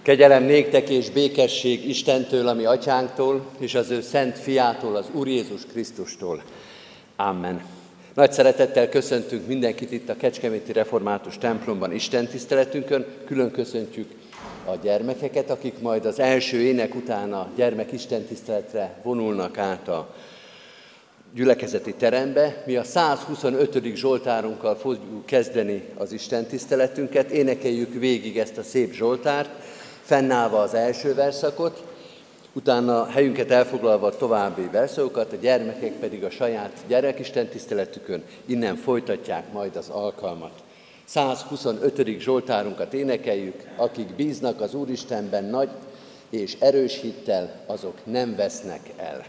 Kegyelem néktek és békesség Istentől, a mi atyánktól, és az ő szent fiától, az Úr Jézus Krisztustól. Amen. Nagy szeretettel köszöntünk mindenkit itt a Kecskeméti Református templomban istentiszteletünkön. Külön köszöntjük a gyermekeket, akik majd az első ének után a gyermek istentiszteletre vonulnak át a gyülekezeti terembe. Mi a 125. Zsoltárunkkal fogjuk kezdeni az istentiszteletünket. Énekeljük végig ezt a szép Zsoltárt, fennállva az első verszakot, utána helyünket elfoglalva további verszakokat, a gyermekek pedig a saját gyermekistentiszteletükön innen folytatják majd az alkalmat. 125. Zsoltárunkat énekeljük, akik bíznak az Úristenben nagy és erős hittel, azok nem vesznek el.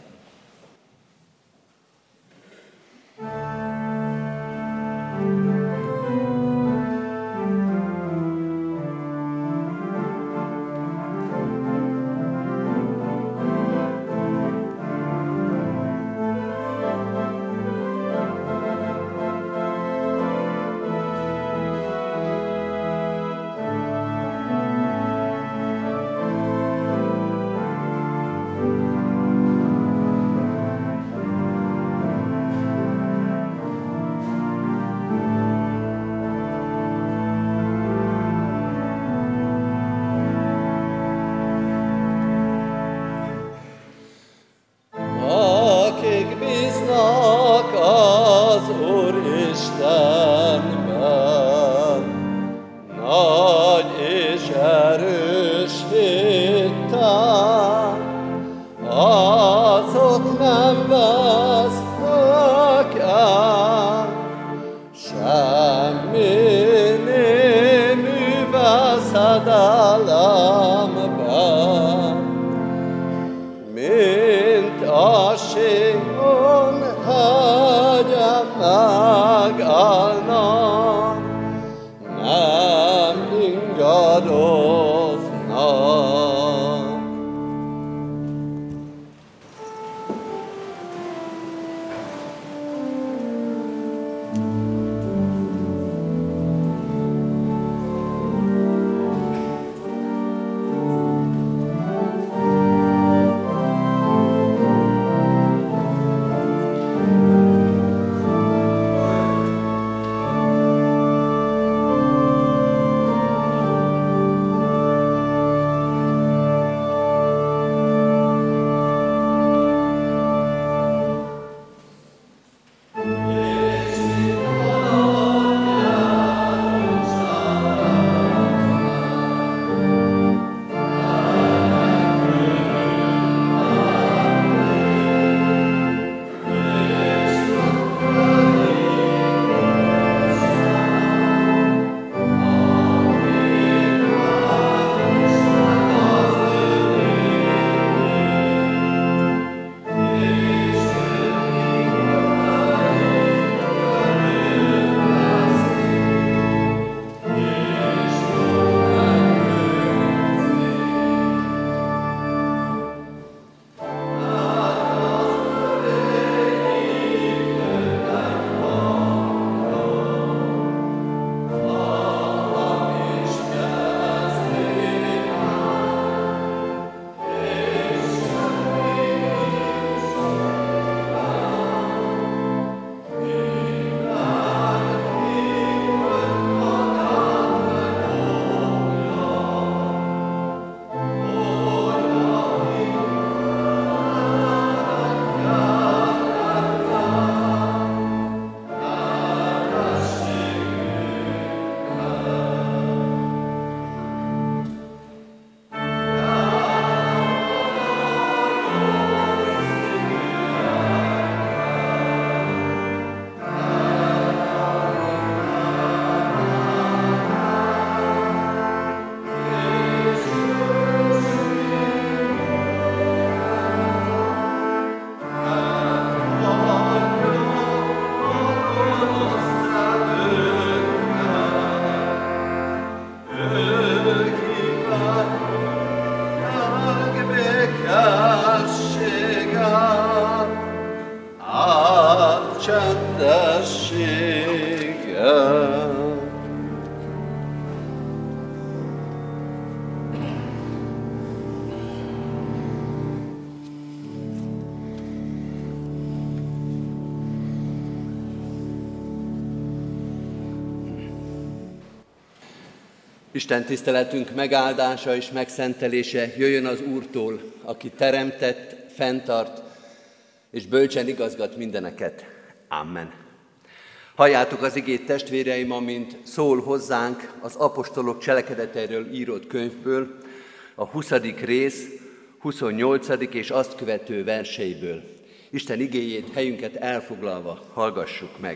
Isten tiszteletünk megáldása és megszentelése jöjjön az Úrtól, aki teremtett, fenntart és bölcsen igazgat mindeneket. Amen. Halljátok az igét, testvéreim, amint szól hozzánk az apostolok cselekedeteiről írott könyvből, a 20. rész 28. és azt követő verseiből. Isten igéjét helyünket elfoglalva hallgassuk meg.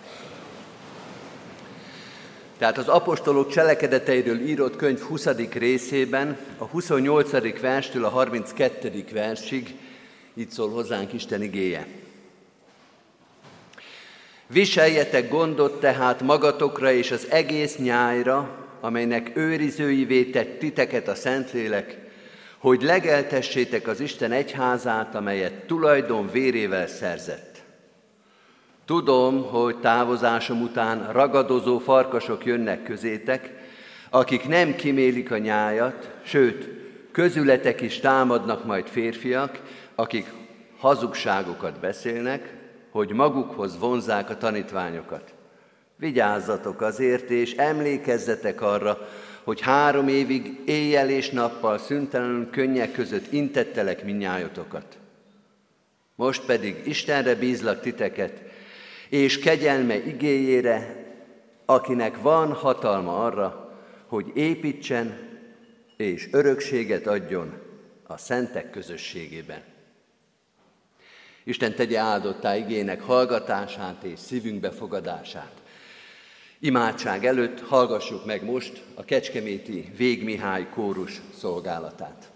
Tehát az apostolok cselekedeteiről írott könyv 20. részében, a 28. verstől a 32. versig így szól hozzánk Isten igéje. Viseljetek gondot tehát magatokra és az egész nyájra, amelynek őrizőivé tett titeket a Szentlélek, hogy legeltessétek az Isten egyházát, amelyet tulajdon vérével szerzett. Tudom, hogy távozásom után ragadozó farkasok jönnek közétek, akik nem kimélik a nyájat, sőt, közületek is támadnak majd férfiak, akik hazugságokat beszélnek, hogy magukhoz vonzzák a tanítványokat. Vigyázzatok azért, és emlékezzetek arra, hogy 3 évig éjjel és nappal szüntelenül könnyek között intettelek mindnyájotokat. Most pedig Istenre bízlak titeket, és kegyelme igéjére, akinek van hatalma arra, hogy építsen és örökséget adjon a szentek közösségében. Isten tegye áldottá igének hallgatását és szívünk befogadását. Imádság előtt hallgassuk meg most a kecskeméti Vég Mihály kórus szolgálatát.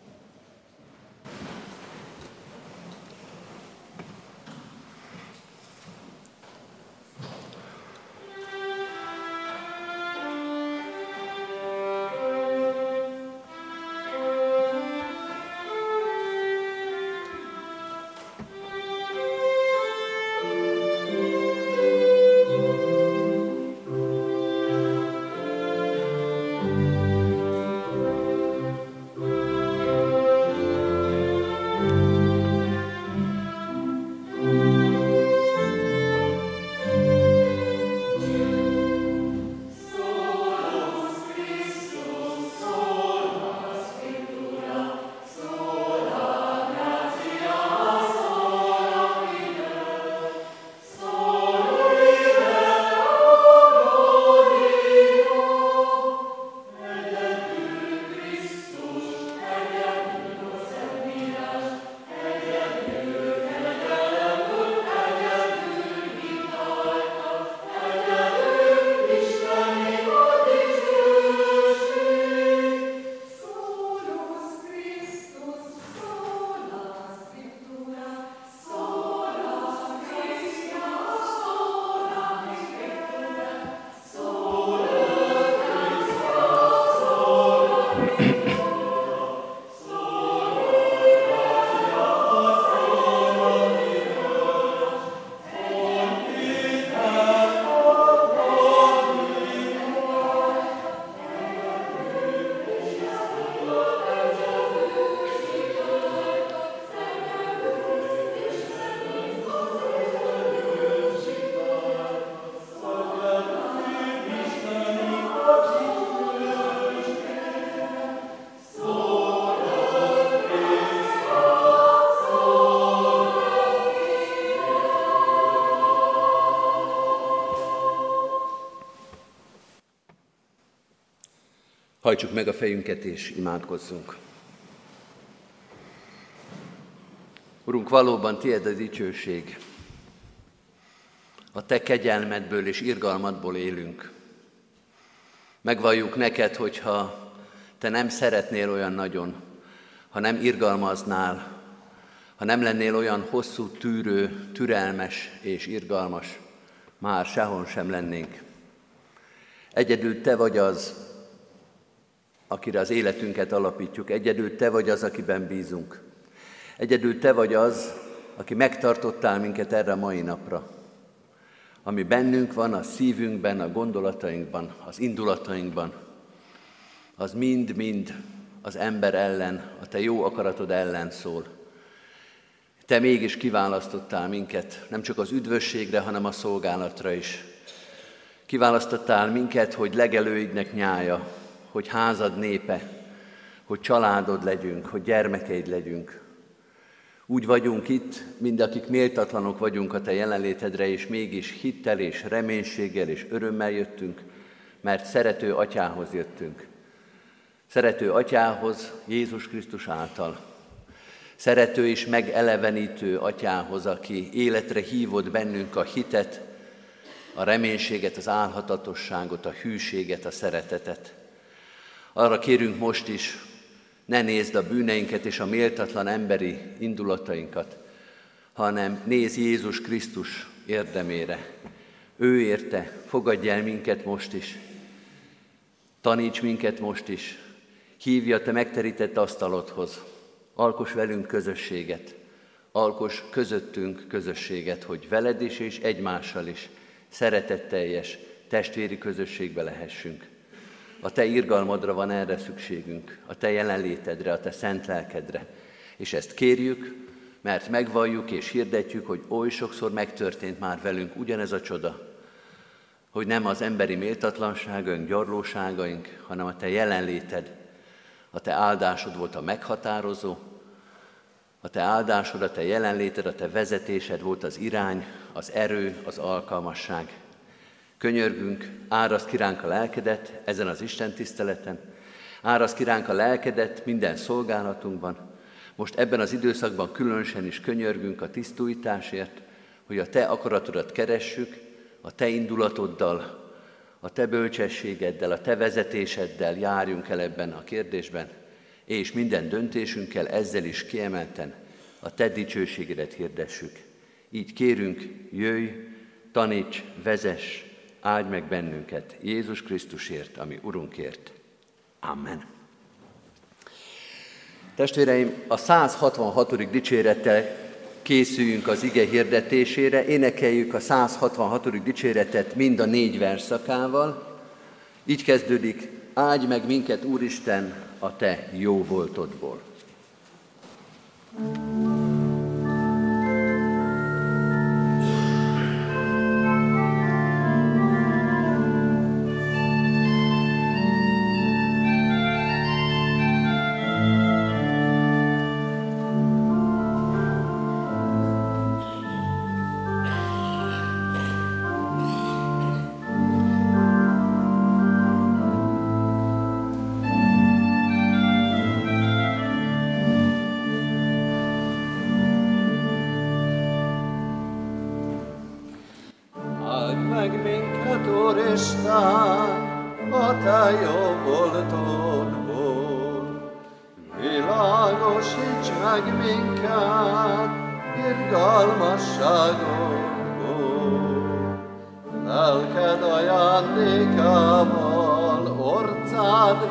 Hajtsuk meg a fejünket és imádkozzunk. Urunk, valóban tiéd a dicsőség. A te kegyelmedből és irgalmadból élünk. Megvalljuk neked, hogyha te nem szeretnél olyan nagyon, ha nem irgalmaznál, ha nem lennél olyan hosszú, tűrő, türelmes és irgalmas, már sehol sem lennénk. Egyedül te vagy az, akire az életünket alapítjuk. Egyedül te vagy az, akiben bízunk. Egyedül te vagy az, aki megtartottál minket erre a mai napra. Ami bennünk van, a szívünkben, a gondolatainkban, az indulatainkban, az mind-mind az ember ellen, a te jó akaratod ellen szól. Te mégis kiválasztottál minket, nem csak az üdvösségre, hanem a szolgálatra is. Kiválasztottál minket, hogy legelőidnek nyája, hogy házad népe, hogy családod legyünk, hogy gyermekeid legyünk. Úgy vagyunk itt, mind akik méltatlanok vagyunk a Te jelenlétedre, és mégis hittel és reménységgel és örömmel jöttünk, mert szerető Atyához jöttünk. Szerető Atyához Jézus Krisztus által. Szerető és megelevenítő Atyához, aki életre hívott bennünk a hitet, a reménységet, az álhatatosságot, a hűséget, a szeretetet. Arra kérünk most is, ne nézd a bűneinket és a méltatlan emberi indulatainkat, hanem nézz Jézus Krisztus érdemére. Ő érte, fogadj el minket most is, taníts minket most is, hívj a Te megterített asztalodhoz, alkoss velünk közösséget, alkoss közöttünk közösséget, hogy veled is és egymással is szeretetteljes testvéri közösségbe lehessünk. A Te irgalmadra van erre szükségünk, a Te jelenlétedre, a Te szent lelkedre. És ezt kérjük, mert megvalljuk és hirdetjük, hogy oly sokszor megtörtént már velünk ugyanez a csoda, hogy nem az emberi méltatlanságaink, gyarlóságaink, hanem a Te jelenléted, a Te áldásod volt a meghatározó, a Te áldásod, a Te jelenléted, a Te vezetésed volt az irány, az erő, az alkalmasság. Könyörgünk, áraszd ki ránk a lelkedet ezen az Isten tiszteleten, áraszd ki ránk a lelkedet minden szolgálatunkban. Most ebben az időszakban különösen is könyörgünk a tisztújításért, hogy a Te akaratodat keressük, a Te indulatoddal, a Te bölcsességeddel, a Te vezetéseddel járjunk el ebben a kérdésben, és minden döntésünkkel ezzel is kiemelten a Te dicsőségedet hirdessük. Így kérünk, jöjj, taníts, vezess, áldj meg bennünket Jézus Krisztusért, ami Urunkért. Amen. Testvéreim, a 166. dicsérettel készüljünk az ige hirdetésére, énekeljük a 166. dicséretet mind a 4 versszakával. Így kezdődik, áldj meg minket, Úristen, a Te jó voltodból. Lelked ajándékával, orcád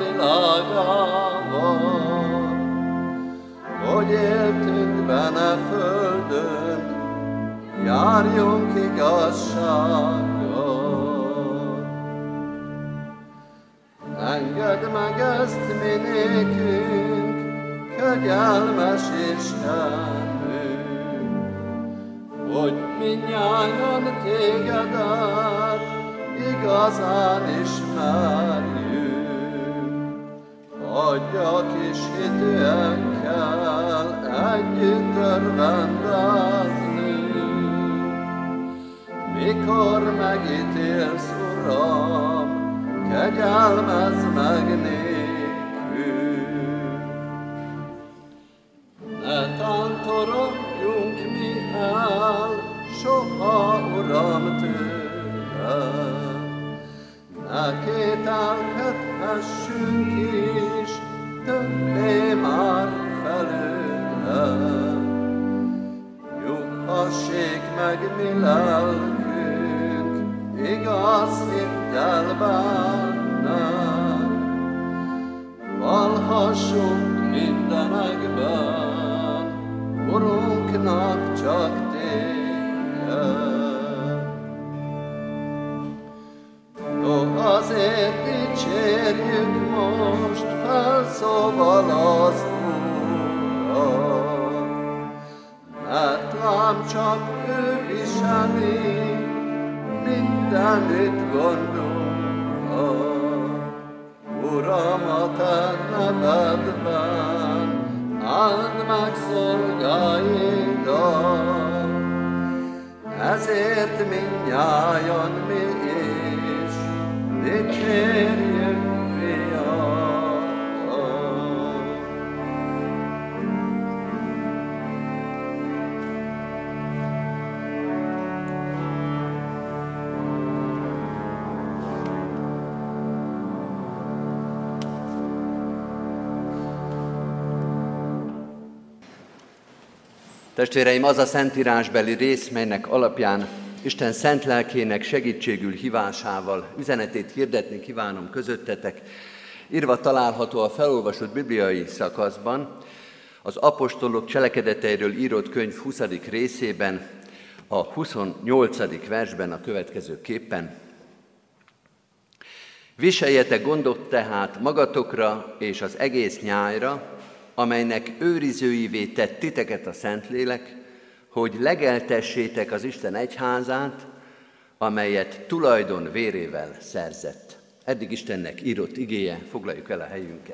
világával, hogy éltünk benne földön, járjunk igazsággal. Engedd meg ezt mi nékünk, kegyelmes Istenünk, hogy mindnyájan Tégedet igazán ismerjük. Adj a kis hitünkkel együtt örvendezni, mikor megítélsz, Uram, kegyelmezz meg nékünk. Ne tántorodjunk mi el soha, Uram, tőled, ne kételkedhessünk is többé már felőled. Nyughassék meg mi lelkünk igaz hittel benned, vallhassunk mindenekben Urunknak csak Téged. Ó, azért dicsérjük most felszóval az Urat, mert lám csak ő viseli mindenütt gondunkat. Uram, tiszteletben, áld meg szolgáidat. Ezért mindnyájan mi is dicsérjük Fiadat. Testvéreim, az a szentírásbeli rész, melynek alapján Isten szent lelkének segítségül hívásával üzenetét hirdetni kívánom közöttetek, írva található a felolvasott bibliai szakaszban, az apostolok cselekedeteiről írott könyv 20. részében, a 28. versben a következőképpen. Viseljetek gondot tehát magatokra és az egész nyájra, amelynek őrizőivé tett titeket a Szentlélek, hogy legeltessétek az Isten egyházát, amelyet tulajdon vérével szerzett. Eddig Istennek írott igéje, foglaljuk el a helyünket.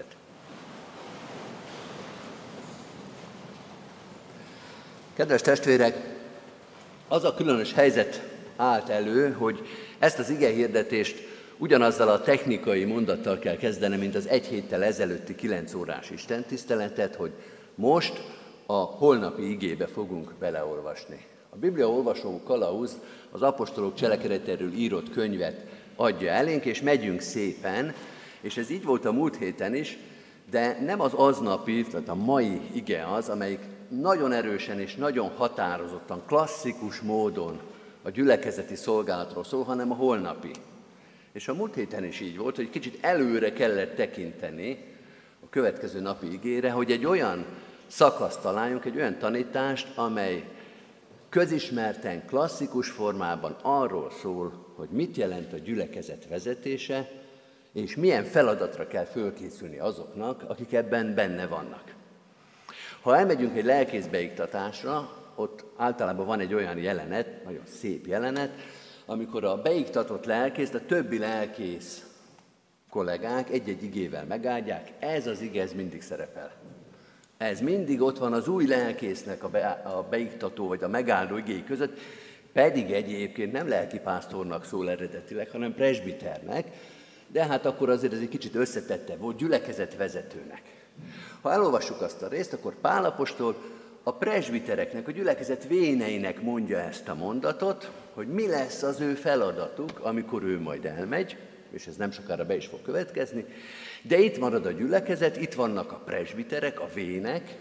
Kedves testvérek, az a különös helyzet állt elő, hogy ezt az igehirdetést ugyanazzal a technikai mondattal kell kezdenem, mint az egy héttel ezelőtti 9 órás istentiszteletet, hogy most a holnapi igébe fogunk beleolvasni. A Biblia olvasó kalauz az apostolok cselekedeteiről írott könyvet adja elénk, és megyünk szépen, és ez így volt a múlt héten is, de nem az aznapi, tehát a mai ige az, amelyik nagyon erősen és nagyon határozottan, klasszikus módon a gyülekezeti szolgálatról szól, hanem a holnapi. És a múlt héten is így volt, hogy kicsit előre kellett tekinteni a következő napi igére, hogy egy olyan szakaszt találjunk, egy olyan tanítást, amely közismerten, klasszikus formában arról szól, hogy mit jelent a gyülekezet vezetése, és milyen feladatra kell fölkészülni azoknak, akik ebben benne vannak. Ha elmegyünk egy lelkészbeiktatásra, ott általában van egy olyan jelenet, nagyon szép jelenet, amikor a beiktatott lelkészt a többi lelkész kollégák egy-egy igével megáldják, ez az ige, ez mindig szerepel. Ez mindig ott van az új lelkésznek a beiktató vagy a megáldó igéi között, pedig egyébként nem lelkipásztornak szól eredetileg, hanem presbiternek, de hát akkor azért ez egy kicsit összetettebb volt, gyülekezetvezetőnek. Ha elolvassuk azt a részt, akkor Pál apostol a presbitereknek, a gyülekezet véneinek mondja ezt a mondatot, hogy mi lesz az ő feladatuk, amikor ő majd elmegy, és ez nem sokára be is fog következni, de itt marad a gyülekezet, itt vannak a presbiterek, a vének,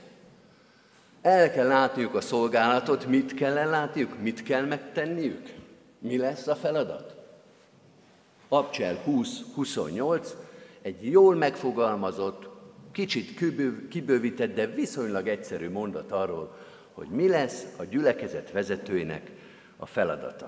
el kell látniuk a szolgálatot, mit kell ellátniuk, mit kell megtenniük, mi lesz a feladat. Abcsel 20-28, egy jól megfogalmazott, kicsit kibővített, de viszonylag egyszerű mondat arról, hogy mi lesz a gyülekezet vezetőinek a feladata.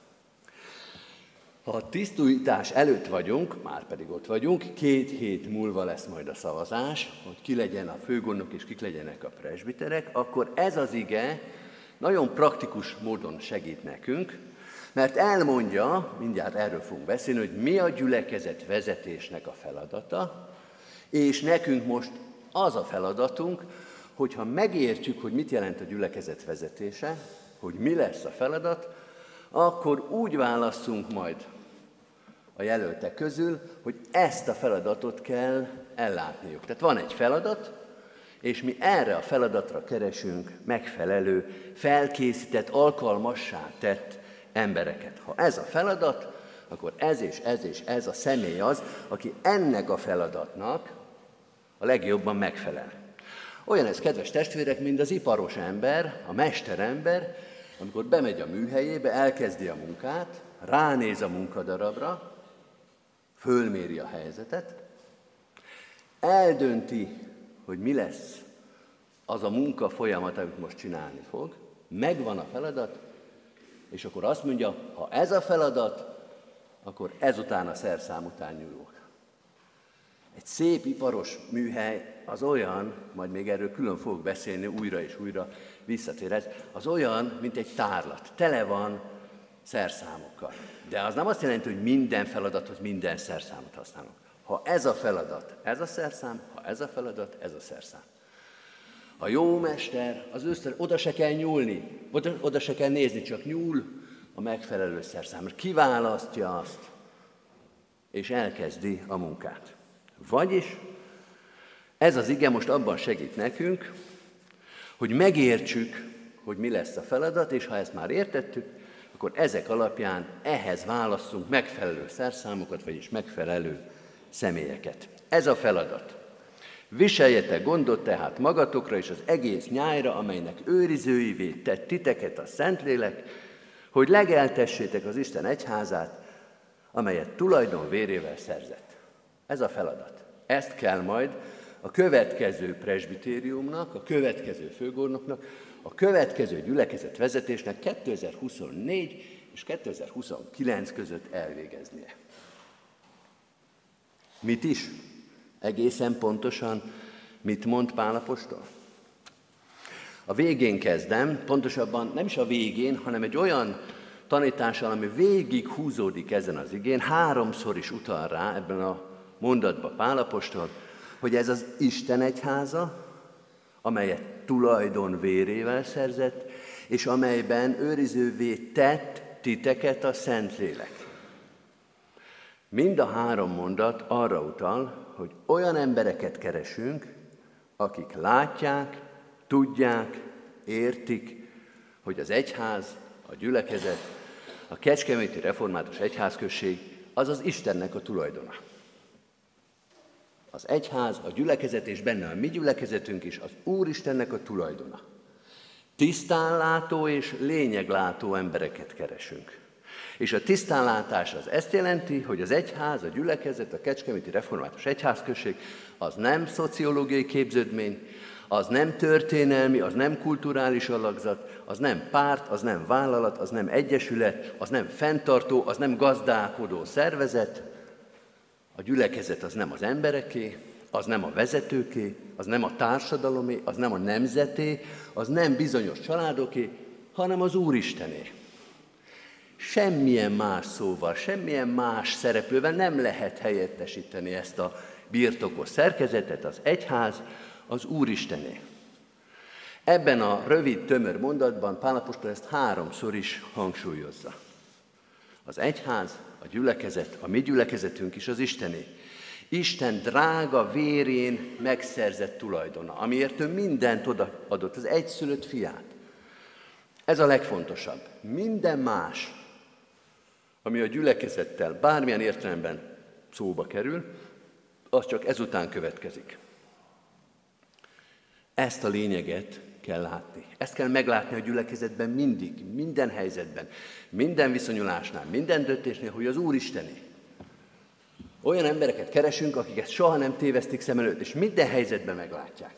Ha a tisztújítás előtt vagyunk, már pedig ott vagyunk, 2 hét múlva lesz majd a szavazás, hogy ki legyen a főgondnok és kik legyenek a presbiterek, akkor ez az ige nagyon praktikus módon segít nekünk, mert elmondja, mindjárt erről fogunk beszélni, hogy mi a gyülekezet vezetésnek a feladata, és nekünk most az a feladatunk, hogyha megértjük, hogy mit jelent a gyülekezet vezetése, hogy mi lesz a feladat, akkor úgy válasszunk majd a jelöltek közül, hogy ezt a feladatot kell ellátniuk. Tehát van egy feladat, és mi erre a feladatra keresünk megfelelő, felkészített, alkalmassá tett embereket. Ha ez a feladat, akkor ez és ez és ez a személy az, aki ennek a feladatnak a legjobban megfelel. Olyan ez, kedves testvérek, mint az iparos ember, a mesterember, amikor bemegy a műhelyébe, elkezdi a munkát, ránéz a munkadarabra, fölméri a helyzetet, eldönti, hogy mi lesz az a munka folyamat, amit most csinálni fog, megvan a feladat, és akkor azt mondja, ha ez a feladat, akkor ezután a szerszám után nyúlok. Egy szép iparos műhely az olyan, majd még erről külön fogok beszélni, újra és újra visszatérhez, az olyan, mint egy tárlat, tele van szerszámokkal. De az nem azt jelenti, hogy minden feladathoz minden szerszámot használunk. Ha ez a feladat, ez a szerszám, ha ez a feladat, ez a szerszám. A jó mester, oda se kell nyúlni, oda se kell nézni, csak nyúl a megfelelő szerszámra. Kiválasztja azt, és elkezdi a munkát. Vagyis ez az ige most abban segít nekünk, hogy megértsük, hogy mi lesz a feladat, és ha ezt már értettük, akkor ezek alapján ehhez válasszunk megfelelő szerszámokat, vagyis megfelelő személyeket. Ez a feladat. Viseljetek gondot tehát magatokra és az egész nyájra, amelynek őrizőivé tett titeket a Szentlélek, hogy legeltessétek az Isten egyházát, amelyet tulajdon vérével szerzett. Ez a feladat. Ezt kell majd a következő presbitériumnak, a következő főgondnoknak, a következő gyülekezet vezetésnek 2024 és 2029 között elvégeznie. Mit is? Egészen pontosan mit mond Pál apostol? A végén kezdem, pontosabban nem is a végén, hanem egy olyan tanítással, ami végig húzódik ezen az igén, 3-szor is utal rá ebben a mondatban Pál apostol, hogy ez az Isten egyháza, amelyet tulajdon vérével szerzett, és amelyben őrizővé tett titeket a Szentlélek. Mind a 3 mondat arra utal, hogy olyan embereket keresünk, akik látják, tudják, értik, hogy az egyház, a gyülekezet, a Kecskeméti Református Egyházközség az az Istennek a tulajdona. Az egyház, a gyülekezet és benne a mi gyülekezetünk is az Úristennek a tulajdona. Tisztánlátó és lényeglátó embereket keresünk. És a tisztánlátás az ezt jelenti, hogy az egyház, a gyülekezet, a Kecskeméti Református Egyházközség az nem szociológiai képződmény, az nem történelmi, az nem kulturális alakzat, az nem párt, az nem vállalat, az nem egyesület, az nem fenntartó, az nem gazdálkodó szervezet. A gyülekezet az nem az embereké, az nem a vezetőké, az nem a társadalomé, az nem a nemzeté, az nem bizonyos családoké, hanem az Úristené. Semmilyen más szóval, semmilyen más szereplővel nem lehet helyettesíteni ezt a birtokos szerkezetet, az egyház, az Úristené. Ebben a rövid, tömör mondatban Pál apostol ezt 3-szor is hangsúlyozza. Az egyház, a gyülekezet, a mi gyülekezetünk is az Istené. Isten drága vérén megszerzett tulajdona, amiért ő mindent odaadott, az egyszülött fiát. Ez a legfontosabb. Minden más, ami a gyülekezettel bármilyen értelemben szóba kerül, az csak ezután következik. Ezt a lényeget kell látni. Ezt kell meglátni a gyülekezetben mindig, minden helyzetben, minden viszonyulásnál, minden döntésnél, hogy az Úristené. Olyan embereket keresünk, akik ezt soha nem tévesztik szem előtt, és minden helyzetben meglátják.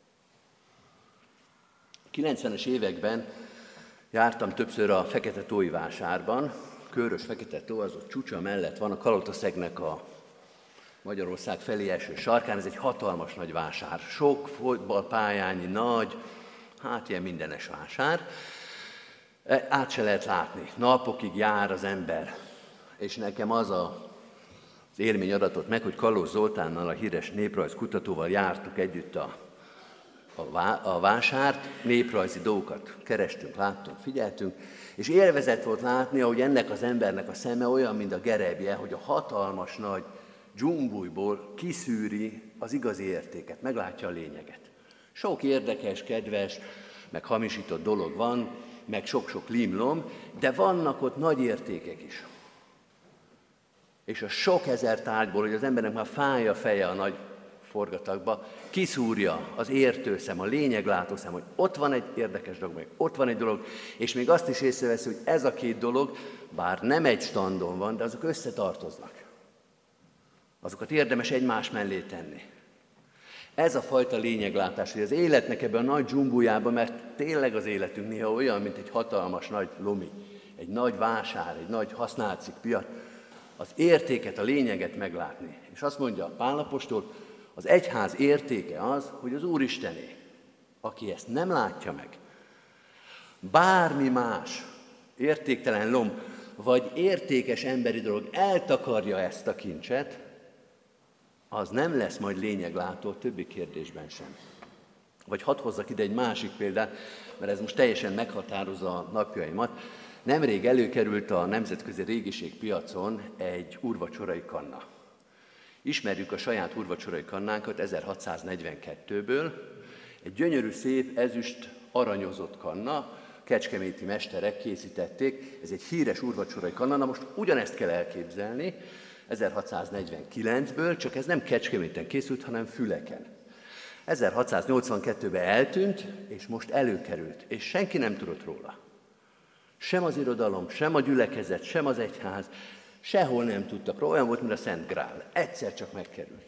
90-es években jártam többször a Fekete-tói vásárban. Körös Fekete-tó, az ott Csúcsa mellett van, a Kalotaszegnek a Magyarország felé eső sarkán. Ez egy hatalmas nagy vásár. Sok fotballpályányi nagy, ilyen mindenes vásár. Át se lehet látni. Napokig jár az ember. És nekem az az élmény adatott meg, hogy Kalóz Zoltánnal, a híres néprajzkutatóval jártuk együtt a vásárt, néprajzi dolgokat kerestünk, láttunk, figyeltünk, és élvezett volt látni, ahogy ennek az embernek a szeme olyan, mint a gerebje, hogy a hatalmas nagy dzsumbujból kiszűri az igazi értéket, meglátja a lényeget. Sok érdekes, kedves, meg hamisított dolog van, meg sok-sok limlom, de vannak ott nagy értékek is. És a sok ezer tárgyból, hogy az embernek már fáj a feje a nagy forgatagba, kiszúrja az értőszem, a lényeglátó szem, hogy ott van egy érdekes dolog, meg ott van egy dolog, és még azt is észreveszi, hogy ez a 2 dolog, bár nem egy standon van, de azok összetartoznak. Azokat érdemes egymás mellé tenni. Ez a fajta lényeglátás, hogy az életnek ebben a nagy dzsumbujában, mert tényleg az életünk néha olyan, mint egy hatalmas nagy lomi, egy nagy vásár, egy nagy használtcikk piac, az értéket, a lényeget meglátni. És azt mondja Pál apostol, az egyház értéke az, hogy az Úristené, aki ezt nem látja meg, bármi más értéktelen lom, vagy értékes emberi dolog eltakarja ezt a kincset, az nem lesz majd lényeglátó a többi kérdésben sem. Vagy hadd hozzak ide egy másik példát, mert ez most teljesen meghatározza a napjaimat. Nemrég előkerült a nemzetközi régiségpiacon egy úrvacsorai kanna. Ismerjük a saját úrvacsorai kannánkat 1642-ből. Egy gyönyörű, szép, ezüst, aranyozott kanna, kecskeméti mesterek készítették. Ez egy híres úrvacsorai kanna. Na most ugyanezt kell elképzelni 1649-ből, csak ez nem Kecskeméten készült, hanem Füleken. 1682-ben eltűnt, és most előkerült, és senki nem tudott róla. Sem az irodalom, sem a gyülekezet, sem az egyház, sehol nem tudtak róla, olyan volt, mint a Szent Grál. Egyszer csak megkerült.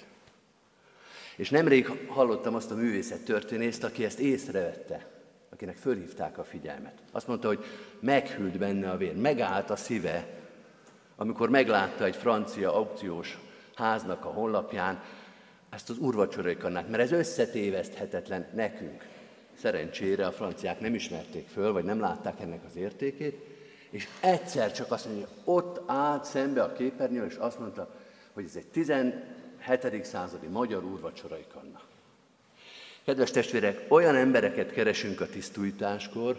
És nemrég hallottam azt a művészettörténészt, aki ezt észrevette, akinek fölhívták a figyelmet. Azt mondta, hogy meghűlt benne a vér, megállt a szíve, amikor meglátta egy francia aukciós háznak a honlapján ezt az úrvacsorai kannát, mert ez összetéveszthetetlen nekünk. Szerencsére a franciák nem ismerték föl, vagy nem látták ennek az értékét, és egyszer csak azt mondja, hogy ott állt szembe a képernyőn, és azt mondta, hogy ez egy 17. századi magyar úrvacsorai kanna. Kedves testvérek, olyan embereket keresünk a tisztújtáskor,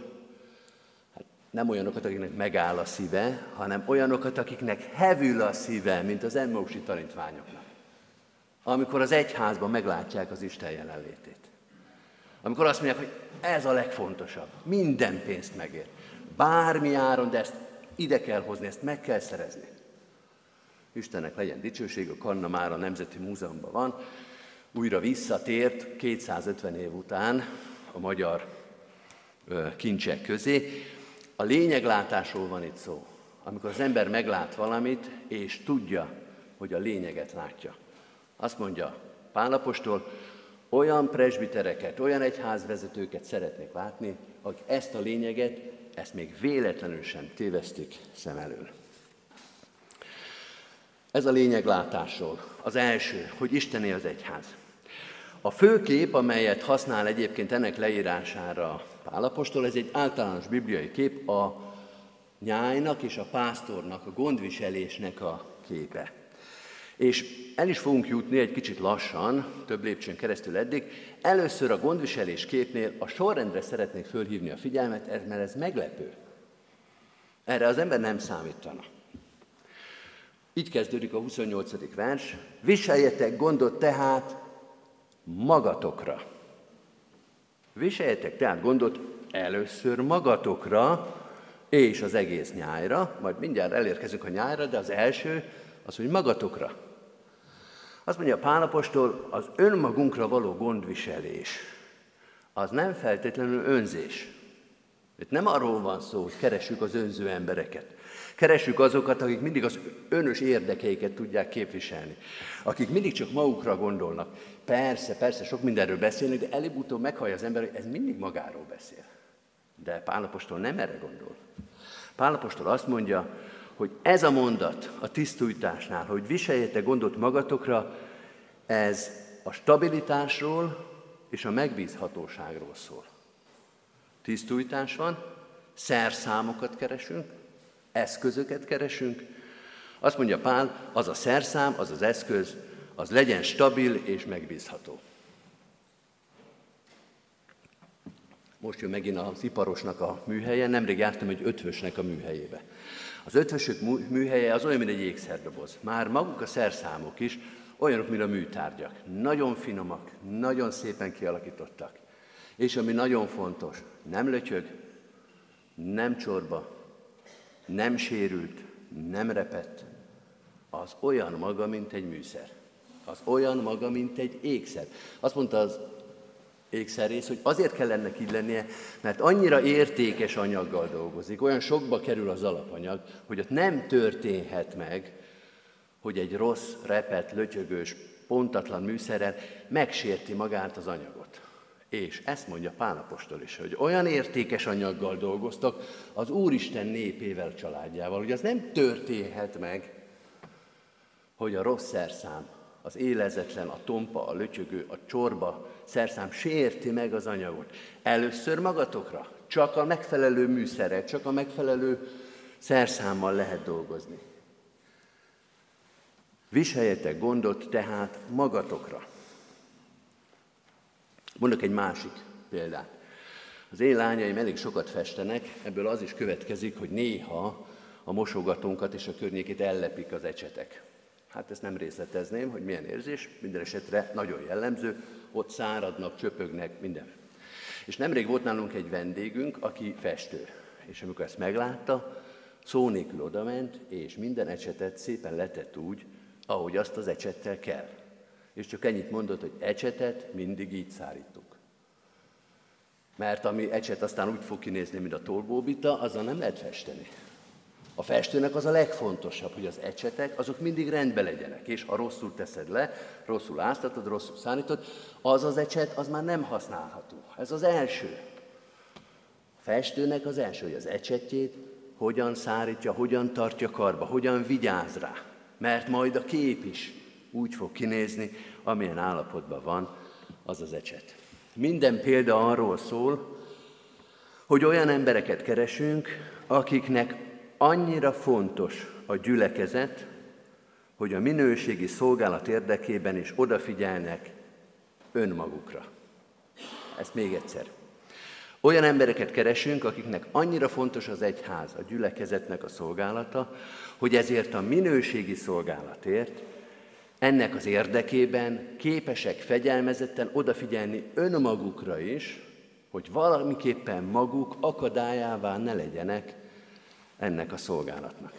nem olyanokat, akiknek megáll a szíve, hanem olyanokat, akiknek hevül a szíve, mint az emmausi tanítványoknak. Amikor az egyházban meglátják az Isten jelenlétét. Amikor azt mondják, hogy ez a legfontosabb, minden pénzt megér. Bármi áron, de ezt ide kell hozni, ezt meg kell szerezni. Istennek legyen dicsőség, a kanna már a Nemzeti Múzeumban van, újra visszatért 250 év után a magyar kincsek közé. A lényeglátásról van itt szó, amikor az ember meglát valamit, és tudja, hogy a lényeget látja. Azt mondja Pál apostol, olyan presbitereket, olyan egyházvezetőket szeretnék látni, akik ezt a lényeget, ezt még véletlenül sem tévesztik szem elől. Ez a lényeglátásról. Az első, hogy Istené az egyház. A főkép, amelyet használ egyébként ennek leírására Pál apostol, ez egy általános bibliai kép, a nyájnak és a pásztornak, a gondviselésnek a képe. És el is fogunk jutni egy kicsit lassan, több lépcsőn keresztül eddig. Először a gondviselés képnél a sorrendre szeretnék fölhívni a figyelmet, mert ez meglepő. Erre az ember nem számítana. Így kezdődik a 28. vers. Viseljetek gondot tehát magatokra. Viseljetek tehát gondot először magatokra, és az egész nyájra, majd mindjárt elérkezünk a nyájra, de az első az, hogy magatokra. Azt mondja Pál apostol, az önmagunkra való gondviselés, az nem feltétlenül önzés. Itt nem arról van szó, hogy keressük az önző embereket. Keressük azokat, akik mindig az önös érdekeiket tudják képviselni. Akik mindig csak magukra gondolnak. Persze, sok mindenről beszélnek, de előbb-utóbb meghallja az ember, hogy ez mindig magáról beszél. De Pál apostol nem erre gondol. Pál apostol azt mondja, hogy ez a mondat a tisztújtásnál, hogy viseljetek gondot magatokra, ez a stabilitásról és a megbízhatóságról szól. Tisztújtás van, szerszámokat keresünk, eszközöket keresünk. Azt mondja Pál, az a szerszám, az az eszköz, az legyen stabil és megbízható. Most jön megint az iparosnak a műhelye, nemrég jártam egy ötvösnek a műhelyébe. Az ötvösök műhelye az olyan, mint egy ékszerdoboz. Már maguk a szerszámok is olyanok, mint a műtárgyak. Nagyon finomak, nagyon szépen kialakítottak. És ami nagyon fontos, nem lötyög, nem csorba, nem sérült, nem repett. Az olyan maga, mint egy műszer. Az olyan maga, mint egy ékszer. Azt mondta az ékszerész, hogy azért kell ennek így lennie, mert annyira értékes anyaggal dolgozik, olyan sokba kerül az alapanyag, hogy ott nem történhet meg, hogy egy rossz, repett, lötyögős, pontatlan műszerrel megsérti magát az anyagot. És ezt mondja Pál apostol is, hogy olyan értékes anyaggal dolgoztak az Úristen népével, családjával, hogy az nem történhet meg, hogy a rossz szerszám, az élezetlen, a tompa, a lötyögő, a csorba szerszám sérti meg az anyagot. Először magatokra, csak a megfelelő műszerrel, csak a megfelelő szerszámmal lehet dolgozni. Viseljetek gondot tehát magatokra. Mondok egy másik példát. Az én lányaim elég sokat festenek, ebből az is következik, hogy néha a mosogatónkat és a környékét ellepik az ecsetek. Hát ezt nem részletezném, hogy milyen érzés, minden esetre nagyon jellemző, ott száradnak, csöpögnek, minden. És nemrég volt nálunk egy vendégünk, aki festő, és amikor ezt meglátta, szó nélkül odament, és minden ecsetet szépen letett úgy, ahogy azt az ecsettel kell. És csak ennyit mondott, hogy ecsetet mindig így szárítunk. Mert ami ecset aztán úgy fog kinézni, mint a tollbóbita, azzal nem lehet festeni. A festőnek az a legfontosabb, hogy az ecsetek azok mindig rendben legyenek, és ha rosszul teszed le, rosszul áztatod, rosszul szárítod, az ecset az már nem használható. Ez az első. A festőnek az első, hogy az ecsetjét hogyan szárítja, hogyan tartja karba, hogyan vigyáz rá. Mert majd a kép is úgy fog kinézni, amilyen állapotban van az az ecset. Minden példa arról szól, hogy olyan embereket keresünk, akiknek annyira fontos a gyülekezet, hogy a minőségi szolgálat érdekében is odafigyelnek önmagukra. Ezt még egyszer. Olyan embereket keresünk, akiknek annyira fontos az egyház, a gyülekezetnek a szolgálata, hogy ezért a minőségi szolgálatért, ennek az érdekében képesek fegyelmezetten odafigyelni önmagukra is, hogy valamiképpen maguk akadályává ne legyenek ennek a szolgálatnak.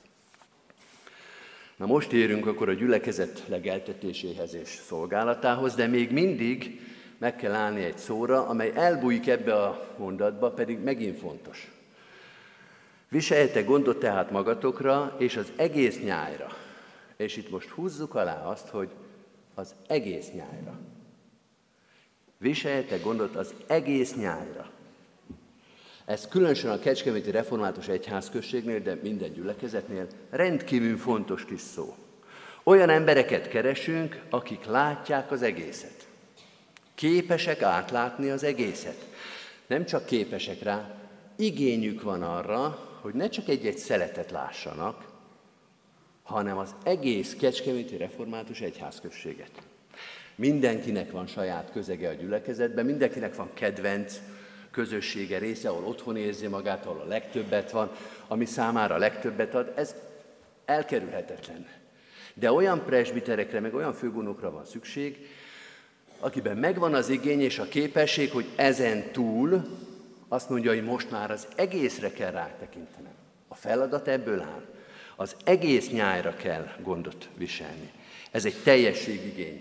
Na most érünk akkor a gyülekezet legeltetéséhez és szolgálatához, de még mindig meg kell állni egy szóra, amely elbújik ebbe a mondatba, pedig megint fontos. Viseljetek gondot tehát magatokra és az egész nyájra. És itt most húzzuk alá azt, hogy az egész nyájra. Viseljetek gondot az egész nyájra. Ez különösen a Kecskeméti Református Egyházközségnél, de minden gyülekezetnél rendkívül fontos kis szó. Olyan embereket keresünk, akik látják az egészet. Képesek átlátni az egészet. Nem csak képesek rá, igényük van arra, hogy ne csak egy-egy szeletet lássanak, hanem az egész Kecskeméti Református Egyházközséget. Mindenkinek van saját közege a gyülekezetben, mindenkinek van kedvenc közössége, része, ahol otthon érzi magát, ahol a legtöbbet van, ami számára a legtöbbet ad, ez elkerülhetetlen. De olyan presbiterekre, meg olyan főgondnokra van szükség, akiben megvan az igény és a képesség, hogy ezen túl azt mondja, hogy most már az egészre kell rátekintenem. A feladat ebből áll. Az egész nyájra kell gondot viselni. Ez egy teljességigény.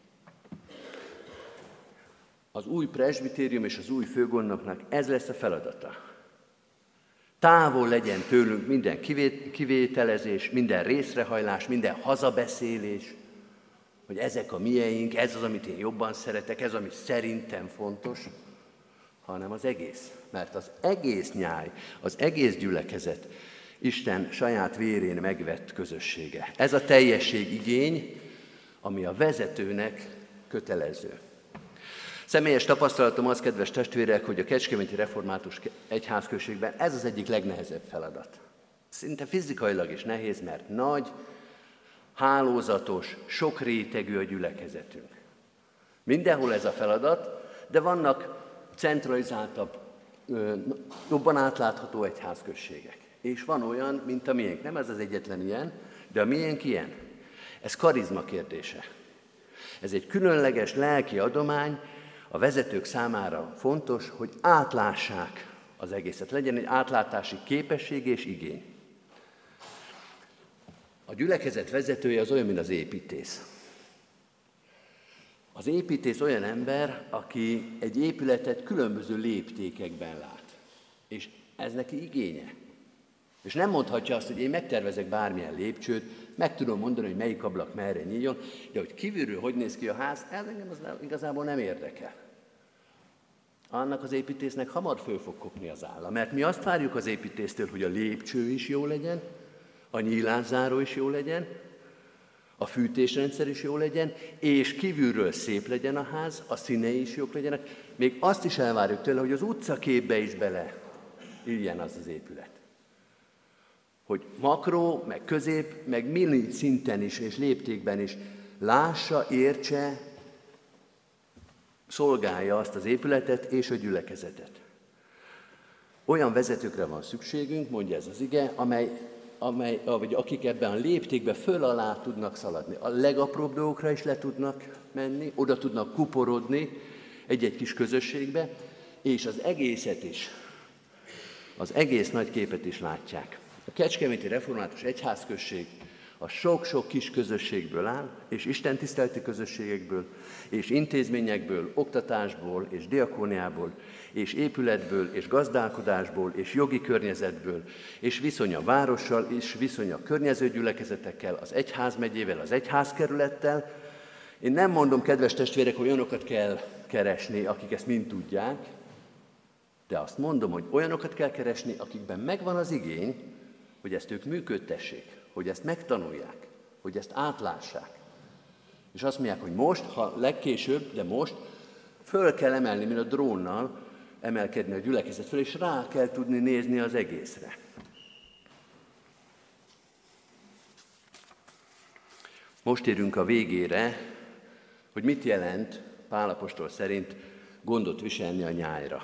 Az új presbitérium és az új főgondnoknak ez lesz a feladata. Távol legyen tőlünk minden kivételezés, minden részrehajlás, minden hazabeszélés, hogy ezek a mieink, ez az, amit én jobban szeretek, ez, ami szerintem fontos, hanem az egész. Mert az egész nyáj, az egész gyülekezet Isten saját vérén megvett közössége. Ez a teljességigény, ami a vezetőnek kötelező. Személyes tapasztalatom az, kedves testvérek, hogy a Kecskeméti Református Egyházközségben ez az egyik legnehezebb feladat. Szinte fizikailag is nehéz, mert nagy, hálózatos, sok rétegű a gyülekezetünk. Mindenhol ez a feladat, de vannak centralizáltabb, jobban átlátható egyházközségek. És van olyan, mint a miénk. Nem ez az egyetlen ilyen, de a miénk ilyen. Ez karizma kérdése. Ez egy különleges lelki adomány, a vezetők számára fontos, hogy átlássák az egészet. Legyen egy átlátási képesség és igény. A gyülekezet vezetője az olyan, mint az építész. Az építész olyan ember, aki egy épületet különböző léptékekben lát. És ez neki igénye. És nem mondhatja azt, hogy én megtervezek bármilyen lépcsőt, meg tudom mondani, hogy melyik ablak merre nyíljon, de hogy kívülről hogy néz ki a ház, ez engem az igazából nem érdekel. Annak az építésznek hamar föl fog kopni az álla, mert mi azt várjuk az építésztől, hogy a lépcső is jó legyen, a nyílászáró is jó legyen, a fűtésrendszer is jó legyen, és kívülről szép legyen a ház, a színei is jók legyenek. Még azt is elvárjuk tőle, hogy az utcaképbe is bele illjen az az épület. hogy makró, meg közép, meg mini szinten is, és léptékben is lássa, értse, szolgálja azt az épületet és a gyülekezetet. Olyan vezetőkre van szükségünk, mondja ez az ige, vagy akik ebben a léptékben föl alá tudnak szaladni. A legapróbb dolgokra is le tudnak menni, oda tudnak kuporodni egy-egy kis közösségbe, és az egészet is, az egész nagy képet is látják. A Kecskeméti Református Egyházközség a sok-sok kis közösségből áll, és istentiszteleti közösségekből, és intézményekből, oktatásból, és diakóniából, és épületből, és gazdálkodásból, és jogi környezetből, és viszony a várossal, és viszony a környező gyülekezetekkel, az egyházmegyével, az egyházkerülettel. Én nem mondom, kedves testvérek, hogy olyanokat kell keresni, akik ezt mind tudják, de azt mondom, hogy olyanokat kell keresni, akikben megvan az igény, hogy ezt ők működtessék, hogy ezt megtanulják, hogy ezt átlássák. És azt mondják, hogy most, ha legkésőbb, de most föl kell emelni, mint a drónnal emelkedni a gyülekezet föl, és rá kell tudni nézni az egészre. Most érünk a végére, hogy mit jelent Pál apostol szerint gondot viselni a nyájra.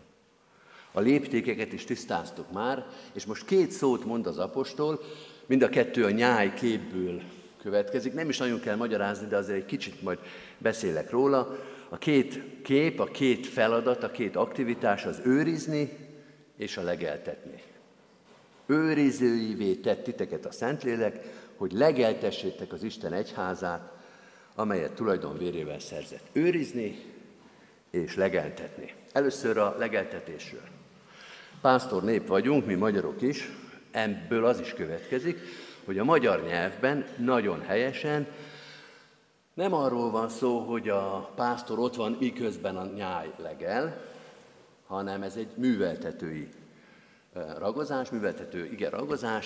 A léptékeket is tisztáztuk már, és most 2 szót mond az apostol, mind a 2 a nyáj képből következik. Nem is nagyon kell magyarázni, de azért egy kicsit majd beszélek róla. A 2 kép, a 2 feladat, a 2 aktivitás az őrizni és a legeltetni. Őrizőivé tett titeket a Szentlélek, hogy legeltessétek az Isten egyházát, amelyet tulajdonvérével szerzett. Őrizni és legeltetni. Először a legeltetésről. Pásztor nép vagyunk, mi magyarok is, ebből az is következik, hogy a magyar nyelvben nagyon helyesen nem arról van szó, hogy a pásztor ott van, miközben a nyáj legel, hanem ez egy műveltetői ragozás, műveltető ige ragozás.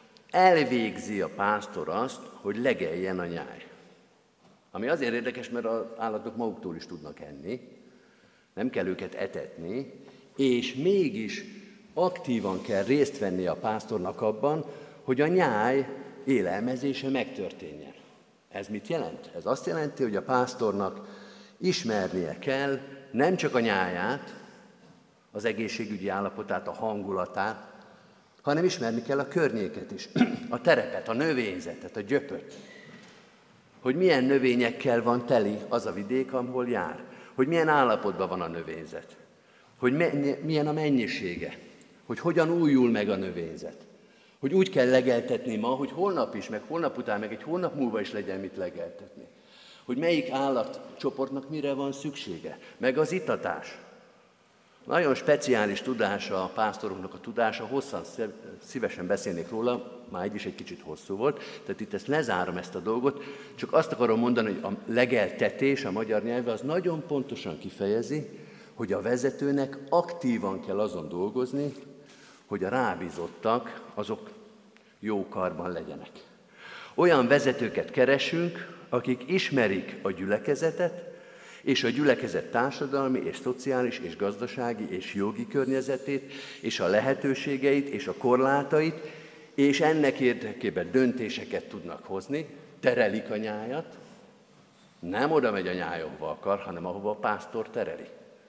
Elvégzi a pásztor azt, hogy legeljen a nyáj. Ami azért érdekes, mert az állatok maguktól is tudnak enni, nem kell őket etetni, és mégis aktívan kell részt venni a pásztornak abban, hogy a nyáj élelmezése megtörténjen. Ez mit jelent? Ez azt jelenti, hogy a pásztornak ismernie kell nem csak a nyáját, az egészségügyi állapotát, a hangulatát, hanem ismerni kell a környéket is, a terepet, a növényzetet, a gyöpöt. Hogy milyen növényekkel van teli az a vidék, ahol jár. Hogy milyen állapotban van a növényzet. Hogy milyen a mennyisége. Hogy hogyan újul meg a növényzet. Hogy úgy kell legeltetni ma, hogy holnap is, meg holnap után, meg egy hónap múlva is legyen mit legeltetni. Hogy melyik állatcsoportnak mire van szüksége. Meg az itatás. Nagyon speciális tudása a pásztoroknak a tudása, hosszan szívesen beszélnék róla, már így is egy kicsit hosszú volt, tehát itt ezt lezárom ezt a dolgot, csak azt akarom mondani, hogy a legeltetés a magyar nyelven az nagyon pontosan kifejezi, hogy a vezetőnek aktívan kell azon dolgozni, hogy a rábízottak azok jó karban legyenek. Olyan vezetőket keresünk, akik ismerik a gyülekezetet, és a gyülekezet társadalmi, és szociális, és gazdasági, és jogi környezetét, és a lehetőségeit, és a korlátait, és ennek érdekében döntéseket tudnak hozni, terelik a nyájat, nem oda megy a nyáj, ahova akar, hanem ahova a pásztor tereli.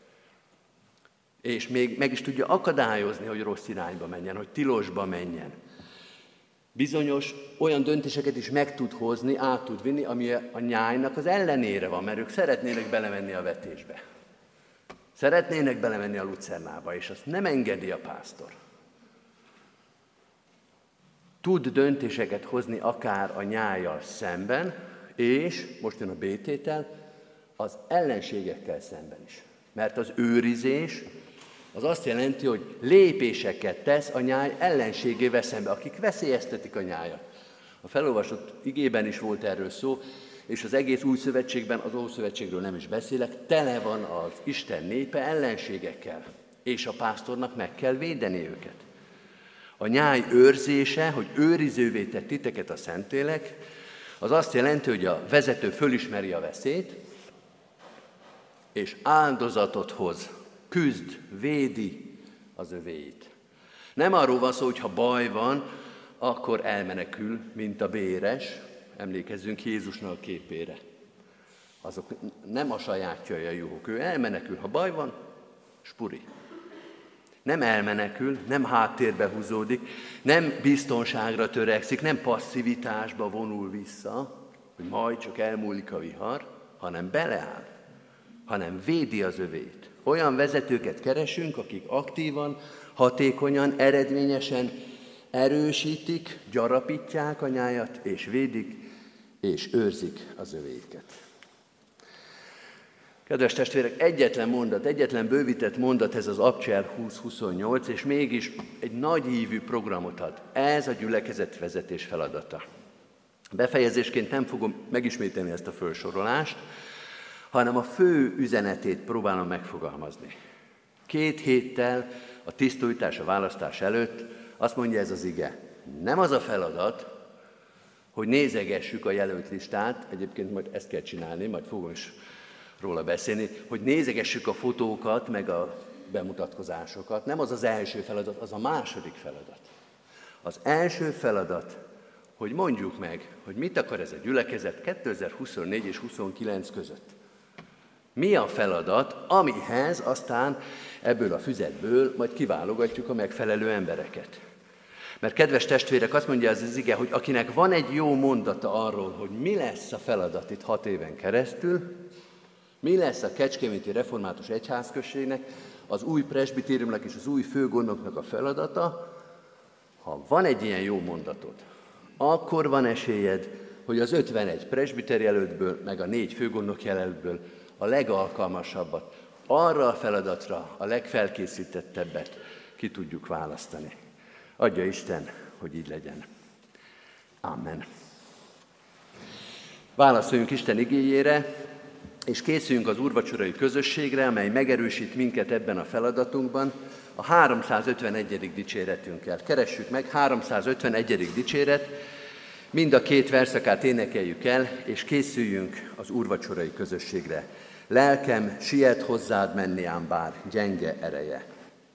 És még meg is tudja akadályozni, hogy rossz irányba menjen, hogy tilosba menjen. Bizonyos olyan döntéseket is meg tud hozni, át tud vinni, ami a nyájnak az ellenére van, mert ők szeretnének belemenni a vetésbe. Szeretnének belemenni a lucernába, és azt nem engedi a pásztor. Tud döntéseket hozni akár a nyájjal szemben, és, most jön a B-tétel, az ellenségekkel szemben is. Mert az őrizés az azt jelenti, hogy lépéseket tesz a nyáj ellenségével szembe, akik veszélyeztetik a nyájat. A felolvasott igében is volt erről szó, és az egész új szövetségben, az Ószövetségről nem is beszélek, tele van az Isten népe ellenségekkel, és a pásztornak meg kell védeni őket. A nyáj őrzése, hogy őrizővé tett titeket a Szentlélek, az azt jelenti, hogy a vezető fölismeri a veszélyt, és áldozatot hoz, küzd, védi az övéit. Nem arról van szó, hogy ha baj van, akkor elmenekül, mint a béres, emlékezzünk Jézusnak a képére. Azok nem a sajátjai a juhok, ő elmenekül, ha baj van, spuri. Nem elmenekül, nem háttérbe húzódik, nem biztonságra törekszik, nem passzivitásba vonul vissza, hogy majd csak elmúlik a vihar, hanem beleáll, hanem védi az övét. Olyan vezetőket keresünk, akik aktívan, hatékonyan, eredményesen erősítik, gyarapítják a nyájat, és védik, és őrzik az övéket. Kedves testvérek, egyetlen bővített mondat ez az Abcsel 20-28, és mégis egy nagy ívű programot ad. Ez a gyülekezetvezetés feladata. Befejezésként nem fogom megismételni ezt a felsorolást, hanem a fő üzenetét próbálom megfogalmazni. 2 héttel a tisztújtás, a választás előtt azt mondja ez az ige. Nem az a feladat, hogy nézegessük a jelölt listát, egyébként majd ezt kell csinálni, majd fogom is róla beszélni, hogy nézegessük a fotókat, meg a bemutatkozásokat. Nem az az első feladat, az a második feladat. Az első feladat, hogy mondjuk meg, hogy mit akar ez a gyülekezet 2024 és 2029 között. Mi a feladat, amihez aztán ebből a füzetből majd kiválogatjuk a megfelelő embereket. Mert kedves testvérek, azt mondja az ige, hogy akinek van egy jó mondata arról, hogy mi lesz a feladat itt 6 éven keresztül, mi lesz a Kecskeméti Református Egyházközségnek, az új presbitériumnak és az új főgondnoknak a feladata, ha van egy ilyen jó mondatod, akkor van esélyed, hogy az 51 presbiter jelöltből, meg a 4 főgondnok jelöltből a legalkalmasabbat, arra a feladatra a legfelkészítettebbet ki tudjuk választani. Adja Isten, hogy így legyen. Amen. Válaszoljunk Isten igéjére, és készüljünk az úrvacsorai közösségre, amely megerősít minket ebben a feladatunkban, a 351. dicséretünkkel. Keressük meg, 351. dicséret, mind a 2 verszakát énekeljük el, és készüljünk az úrvacsorai közösségre. Lelkem siet hozzád menni ám bár gyenge ereje.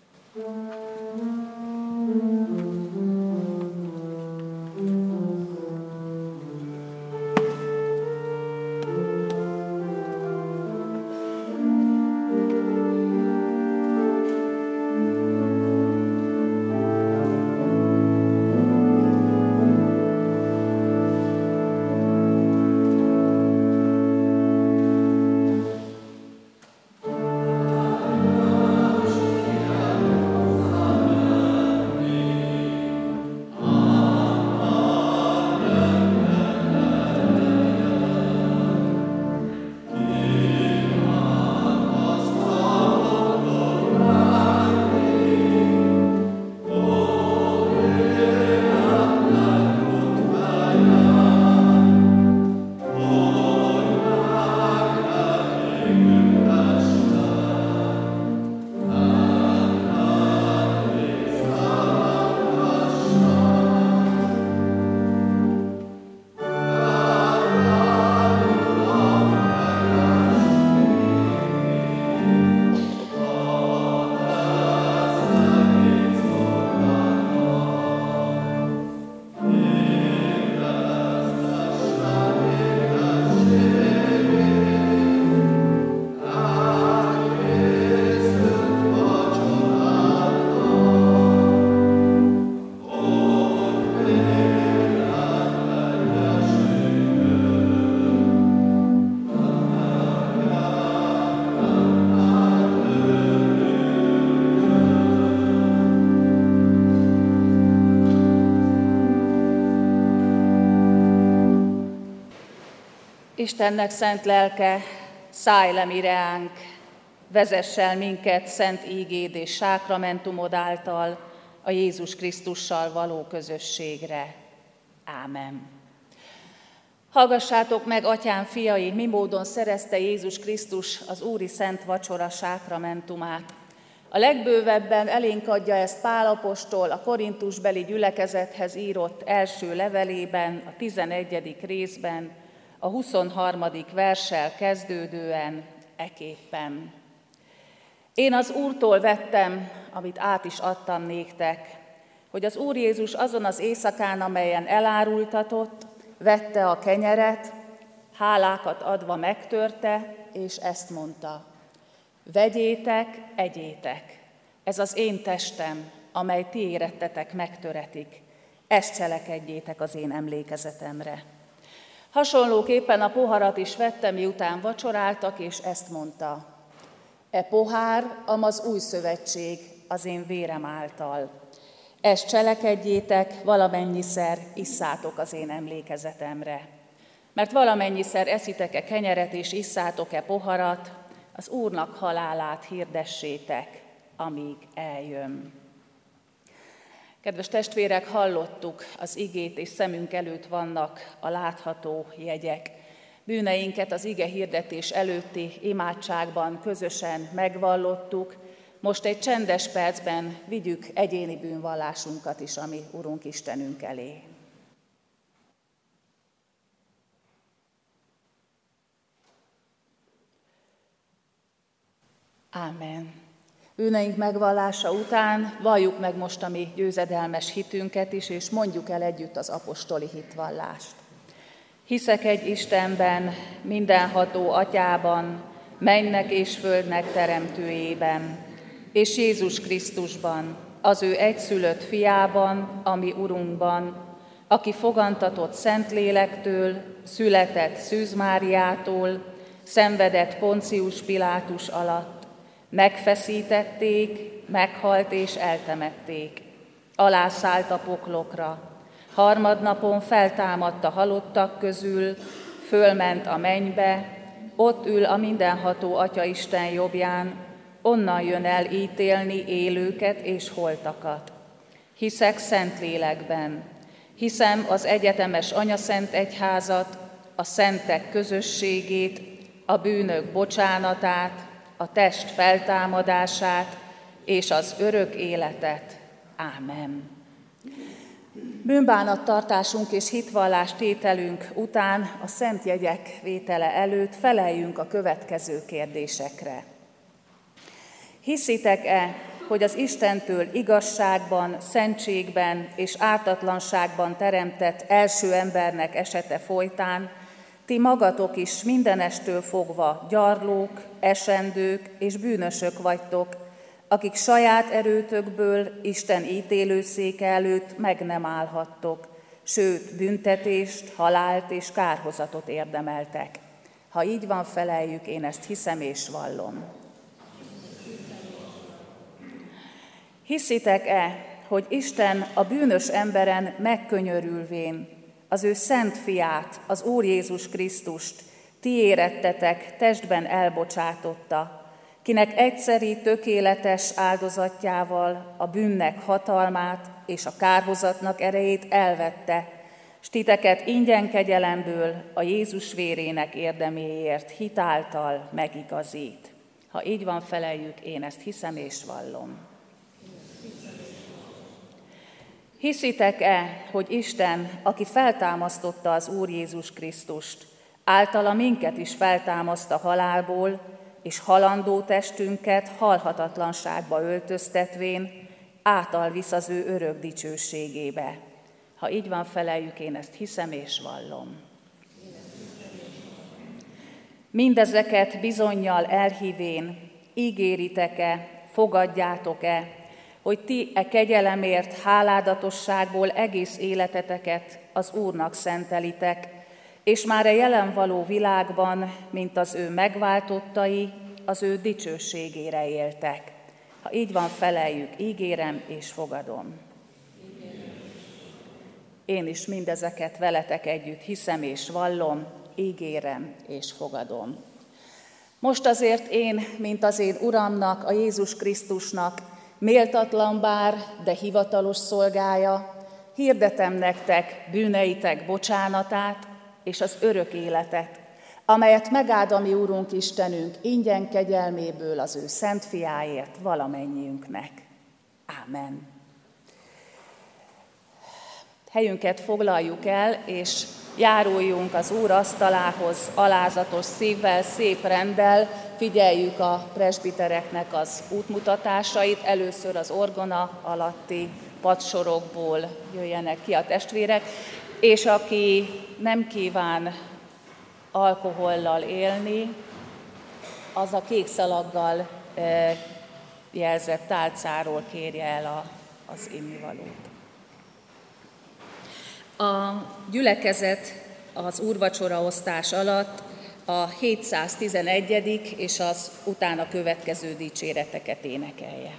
Istennek szent lelke, szállj le mi reánk, vezess el minket szent ígéd és sákramentumod által a Jézus Krisztussal való közösségre. Ámen. Hallgassátok meg, atyám fiai, mi módon szerezte Jézus Krisztus az Úri Szent Vacsora sákramentumát. A legbővebben elénk adja ezt Pál apostol a korintusbeli gyülekezethez írott első levelében, a 11. részben, a 23. verssel kezdődően eképpen. Én az Úrtól vettem, amit át is adtam néktek, hogy az Úr Jézus azon az éjszakán, amelyen elárultatott, vette a kenyeret, hálákat adva megtörte, és ezt mondta: vegyétek, egyétek, ez az én testem, amely ti érettetek megtöretik, ezt cselekedjétek az én emlékezetemre. Hasonlóképpen a poharat is vette, miután vacsoráltak, és ezt mondta: e pohár, amaz új szövetség az én vérem által. Ezt cselekedjétek, valamennyiszer isszátok az én emlékezetemre. Mert valamennyiszer eszitek-e kenyeret és isszátok-e poharat, az Úrnak halálát hirdessétek, amíg eljön. Kedves testvérek, hallottuk az igét, és szemünk előtt vannak a látható jegyek. Bűneinket az ige hirdetés előtti imádságban közösen megvallottuk. Most egy csendes percben vigyük egyéni bűnvallásunkat is a mi Urunk Istenünk elé. Ámen. Bűneink megvallása után valljuk meg most a mi győzedelmes hitünket is, és mondjuk el együtt az apostoli hitvallást. Hiszek egy Istenben, mindenható Atyában, mennek és földnek teremtőjében, és Jézus Krisztusban, az ő egyszülött fiában, a mi Urunkban, aki fogantatott Szentlélektől, született Szűz Máriától, szenvedett Poncius Pilátus alatt, megfeszítették, meghalt és eltemették. Alászállt a poklokra, harmadnapon feltámadt a halottak közül, fölment a mennybe, ott ül a mindenható Atyaisten jobbján, onnan jön el ítélni élőket és holtakat. Hiszek Szentlélekben, hiszem az egyetemes Anyaszent Egyházat, a szentek közösségét, a bűnök bocsánatát, a test feltámadását és az örök életet. Ámen. Bűnbánattartásunk és hitvallás tételünk után a szent jegyek vétele előtt feleljünk a következő kérdésekre. Hiszitek-e, hogy az Istentől igazságban, szentségben és ártatlanságban teremtett első embernek esete folytán ti magatok is mindenestől fogva gyarlók, esendők és bűnösök vagytok, akik saját erőtökből Isten ítélőszéke előtt meg nem állhattok, sőt, büntetést, halált és kárhozatot érdemeltek. Ha így van, feleljük, én ezt hiszem és vallom. Hiszitek-e, hogy Isten a bűnös emberen megkönyörülvén az ő szent fiát, az Úr Jézus Krisztust ti érettetek testben elbocsátotta, kinek egyszeri tökéletes áldozatjával a bűnnek hatalmát és a kárhozatnak erejét elvette, s titeket ingyen kegyelemből a Jézus vérének érdeméért hitáltal megigazít. Ha így van, feleljük, én ezt hiszem és vallom. Hiszitek-e, hogy Isten, aki feltámasztotta az Úr Jézus Krisztust, általa minket is feltámaszt a halálból, és halandó testünket halhatatlanságba öltöztetvén átalvisz az ő örök dicsőségébe. Ha így van, feleljük, én ezt hiszem és vallom. Mindezeket bizonnyal elhívén ígéritek-e, fogadjátok-e, hogy ti e kegyelemért háládatosságból egész életeteket az Úrnak szentelitek, és már a jelen való világban, mint az ő megváltottai, az ő dicsőségére éltek. Ha így van, feleljük, ígérem és fogadom. Én is mindezeket veletek együtt hiszem és vallom, ígérem és fogadom. Most azért én, mint az én Uramnak, a Jézus Krisztusnak, méltatlan bár, de hivatalos szolgája, hirdetem nektek bűneitek bocsánatát és az örök életet, amelyet megáld a mi Úrunk Istenünk ingyen kegyelméből az ő szent fiáért valamennyiünknek. Ámen. Helyünket foglaljuk el, és járuljunk az Úr asztalához alázatos szívvel, szép renddel, figyeljük a presbitereknek az útmutatásait, először az orgona alatti padsorokból jöjjenek ki a testvérek, és aki nem kíván alkohollal élni, az a kék szalaggal jelzett tálcáról kérje el az innivalót. A gyülekezet az úrvacsora osztás alatt a 711. és az utána következő dicséreteket énekelje.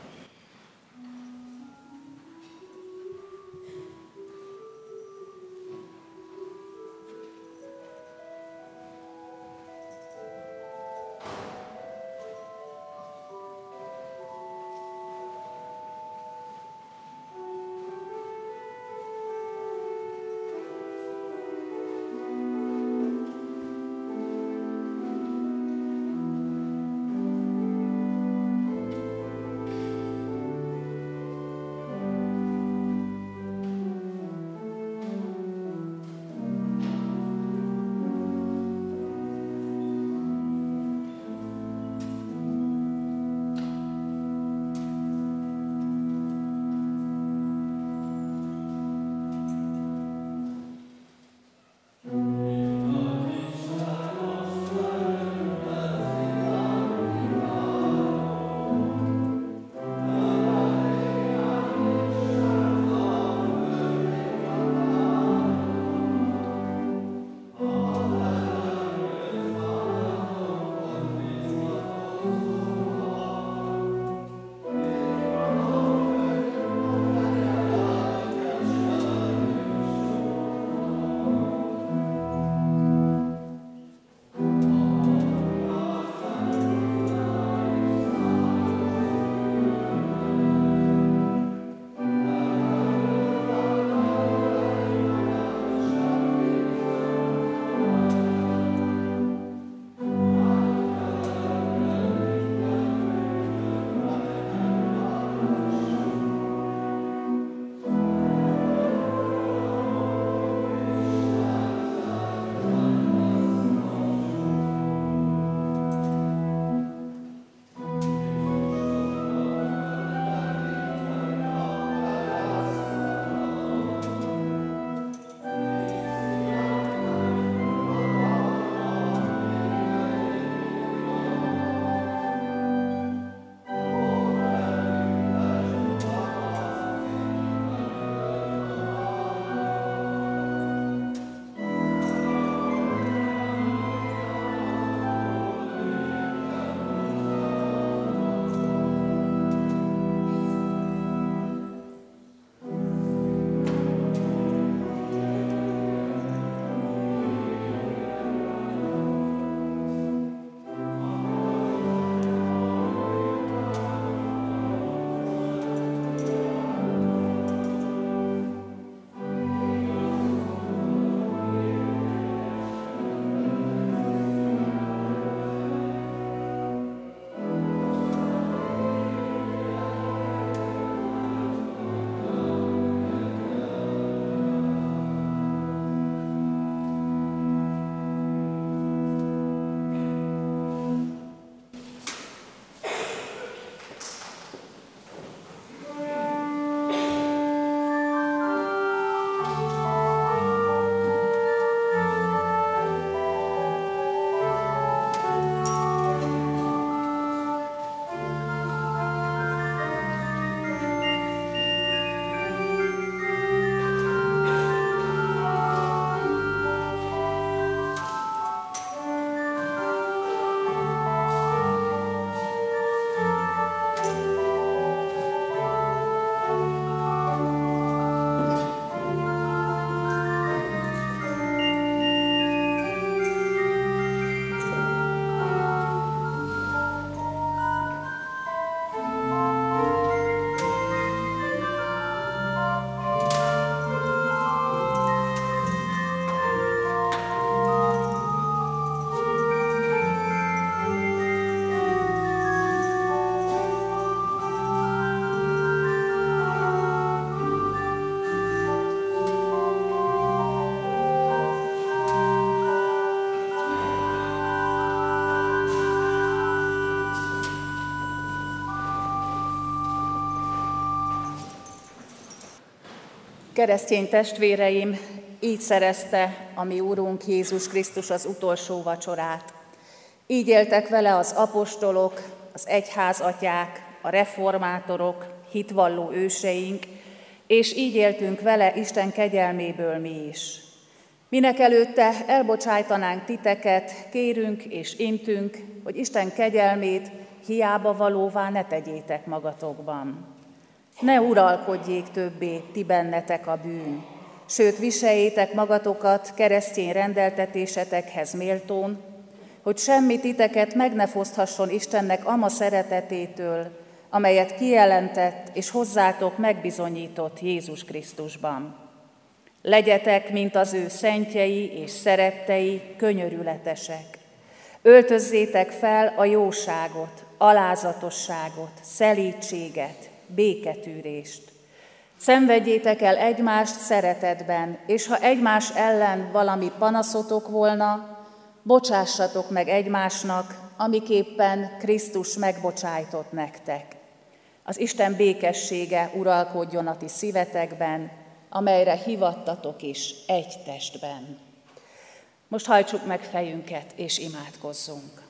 Keresztény testvéreim, így szerezte a mi Úrunk Jézus Krisztus az utolsó vacsorát. Így éltek vele az apostolok, az egyházatyák, a reformátorok, hitvalló őseink, és így éltünk vele Isten kegyelméből mi is. Minek előtte elbocsájtanánk titeket, kérünk és intünk, hogy Isten kegyelmét hiába valóvá ne tegyétek magatokban. Ne uralkodjék többé ti bennetek a bűn, sőt viseljétek magatokat keresztény rendeltetésetekhez méltón, hogy semmi titeket meg ne foszthasson Istennek ama szeretetétől, amelyet kijelentett és hozzátok megbizonyított Jézus Krisztusban. Legyetek, mint az ő szentjei és szerettei, könyörületesek. Öltözzétek fel a jóságot, alázatosságot, szelídséget, béketűrést. Szenvedjétek el egymást szeretetben, és ha egymás ellen valami panaszotok volna, bocsássatok meg egymásnak, amiképpen Krisztus megbocsájtott nektek. Az Isten békessége uralkodjon a ti szívetekben, amelyre hivattatok is egy testben. Most hajtsuk meg fejünket, és imádkozzunk.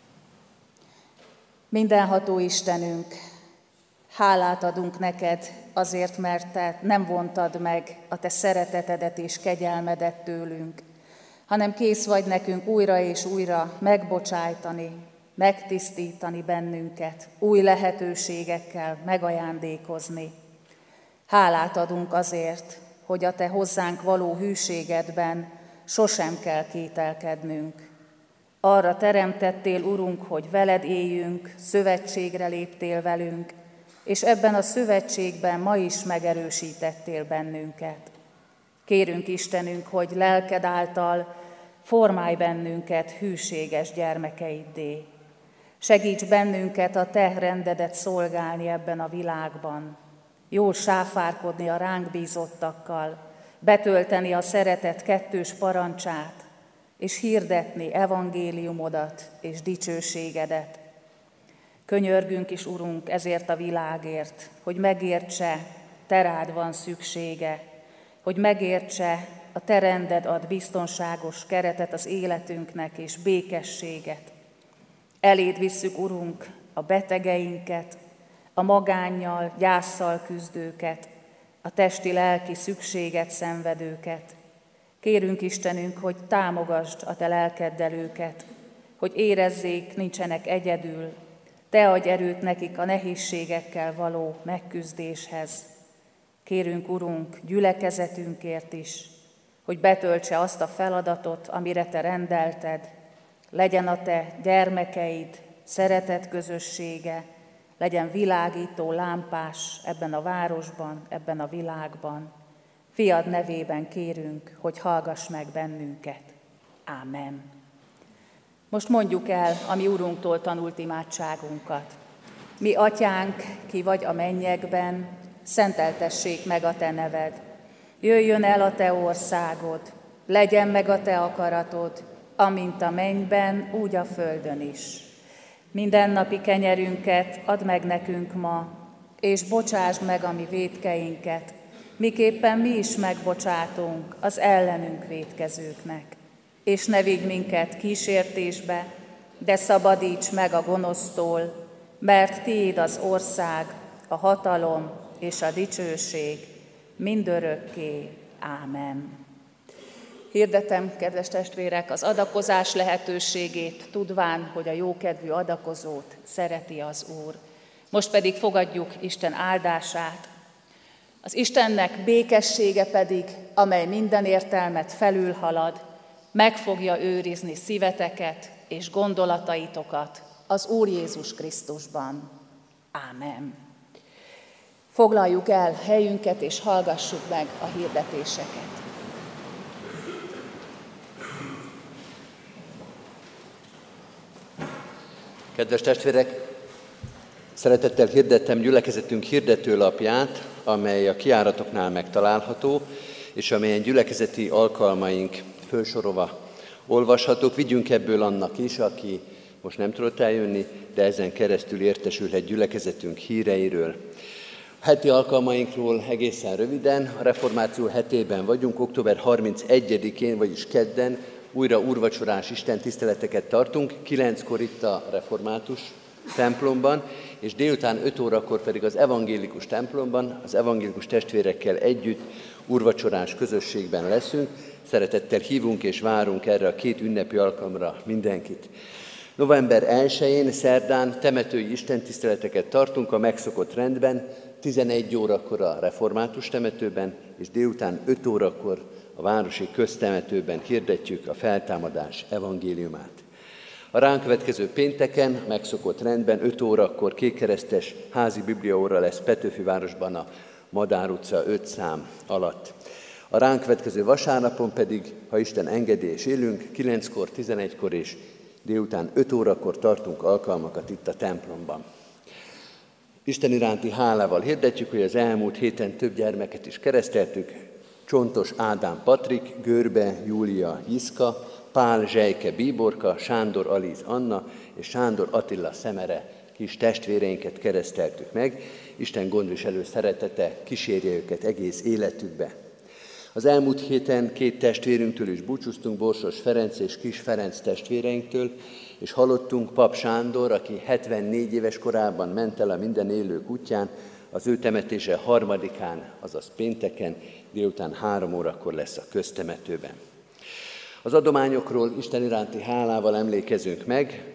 Mindenható Istenünk, hálát adunk neked azért, mert te nem vontad meg a te szeretetedet és kegyelmedet tőlünk, hanem kész vagy nekünk újra és újra megbocsájtani, megtisztítani bennünket, új lehetőségekkel megajándékozni. Hálát adunk azért, hogy a te hozzánk való hűségedben sosem kell kételkednünk. Arra teremtettél, Urunk, hogy veled éljünk, szövetségre léptél velünk, és ebben a szövetségben ma is megerősítettél bennünket. Kérünk Istenünk, hogy lelked által formálj bennünket hűséges gyermekeiddé. Segíts bennünket a te rendedet szolgálni ebben a világban, jól sáfárkodni a ránk bízottakkal, betölteni a szeretet kettős parancsát, és hirdetni evangéliumodat és dicsőségedet. Könyörgünk is, Urunk, ezért a világért, hogy megértse, te rád van szüksége, hogy megértse, a te rended ad biztonságos keretet az életünknek és békességet. Eléd visszük, Urunk, a betegeinket, a magánnyal, gyásszal küzdőket, a testi-lelki szükséget szenvedőket. Kérünk Istenünk, hogy támogasd a te lelkeddel őket, hogy érezzék, nincsenek egyedül, te adj erőt nekik a nehézségekkel való megküzdéshez. Kérünk, Urunk, gyülekezetünkért is, hogy betöltse azt a feladatot, amire te rendelted, legyen a te gyermekeid szeretet közössége, legyen világító lámpás ebben a városban, ebben a világban. Fiad nevében kérünk, hogy hallgass meg bennünket. Ámen. Most mondjuk el a mi Urunktól tanult imádságunkat. Mi atyánk, ki vagy a mennyekben, szenteltessék meg a te neved. Jöjjön el a te országod, legyen meg a te akaratod, amint a mennyben, úgy a földön is. Mindennapi kenyerünket add meg nekünk ma, és bocsásd meg a mi vétkeinket, miképpen mi is megbocsátunk az ellenünk vétkezőknek. És ne vigy minket kísértésbe, de szabadíts meg a gonosztól, mert tiéd az ország, a hatalom és a dicsőség mindörökké. Ámen. Hirdetem, kedves testvérek, az adakozás lehetőségét, tudván, hogy a jókedvű adakozót szereti az Úr. Most pedig fogadjuk Isten áldását. Az Istennek békessége pedig, amely minden értelmet felülhalad, meg fogja őrizni szíveteket és gondolataitokat az Úr Jézus Krisztusban. Ámen. Foglaljuk el helyünket és hallgassuk meg a hirdetéseket. Kedves testvérek, szeretettel hirdettem gyülekezetünk hirdetőlapját, amely a kijáratoknál megtalálható, és amelyen gyülekezeti alkalmaink fölsorolva olvashatók. Vigyünk ebből annak is, aki most nem tudott eljönni, de ezen keresztül értesülhet gyülekezetünk híreiről. Heti alkalmainkról egészen röviden, a reformáció hetében vagyunk, október 31-én, vagyis kedden újra úrvacsorás istentiszteleteket tartunk, 9-kor itt a református templomban, és délután 5 órakor pedig az evangélikus templomban, az evangélikus testvérekkel együtt úrvacsorás közösségben leszünk. Szeretettel hívunk és várunk erre a két ünnepi alkalomra mindenkit. November 1-én, szerdán temetői istentiszteleteket tartunk a megszokott rendben, 11 órakor a református temetőben, és délután 5 órakor a városi köztemetőben hirdetjük a feltámadás evangéliumát. A ránk következő pénteken, megszokott rendben, 5 órakor kékkeresztes házi bibliaóra lesz Petőfivárosban a Madár utca 5 szám alatt. A ránk következő vasárnapon pedig, ha Isten engedi és élünk, 9-kor, 11-kor és délután 5 órakor tartunk alkalmakat itt a templomban. Isten iránti hálával hirdetjük, hogy az elmúlt héten több gyermeket is kereszteltük. Csontos Ádám Patrik, Görbe Júlia Jiszka, Pál Zsejke Bíborka, Sándor Alíz Anna és Sándor Attila Szemere kis testvéreinket kereszteltük meg. Isten gondviselő szeretete kísérje őket egész életükbe. Az elmúlt héten két testvérünktől is búcsúztunk, Borsos Ferenc és Kis Ferenc testvéreinktől, és hallottunk Pap Sándor, aki 74 éves korában ment el a minden élők útján, az ő temetése 3-án, azaz pénteken, délután 3 órakor lesz a köztemetőben. Az adományokról Isten iránti hálával emlékezünk meg.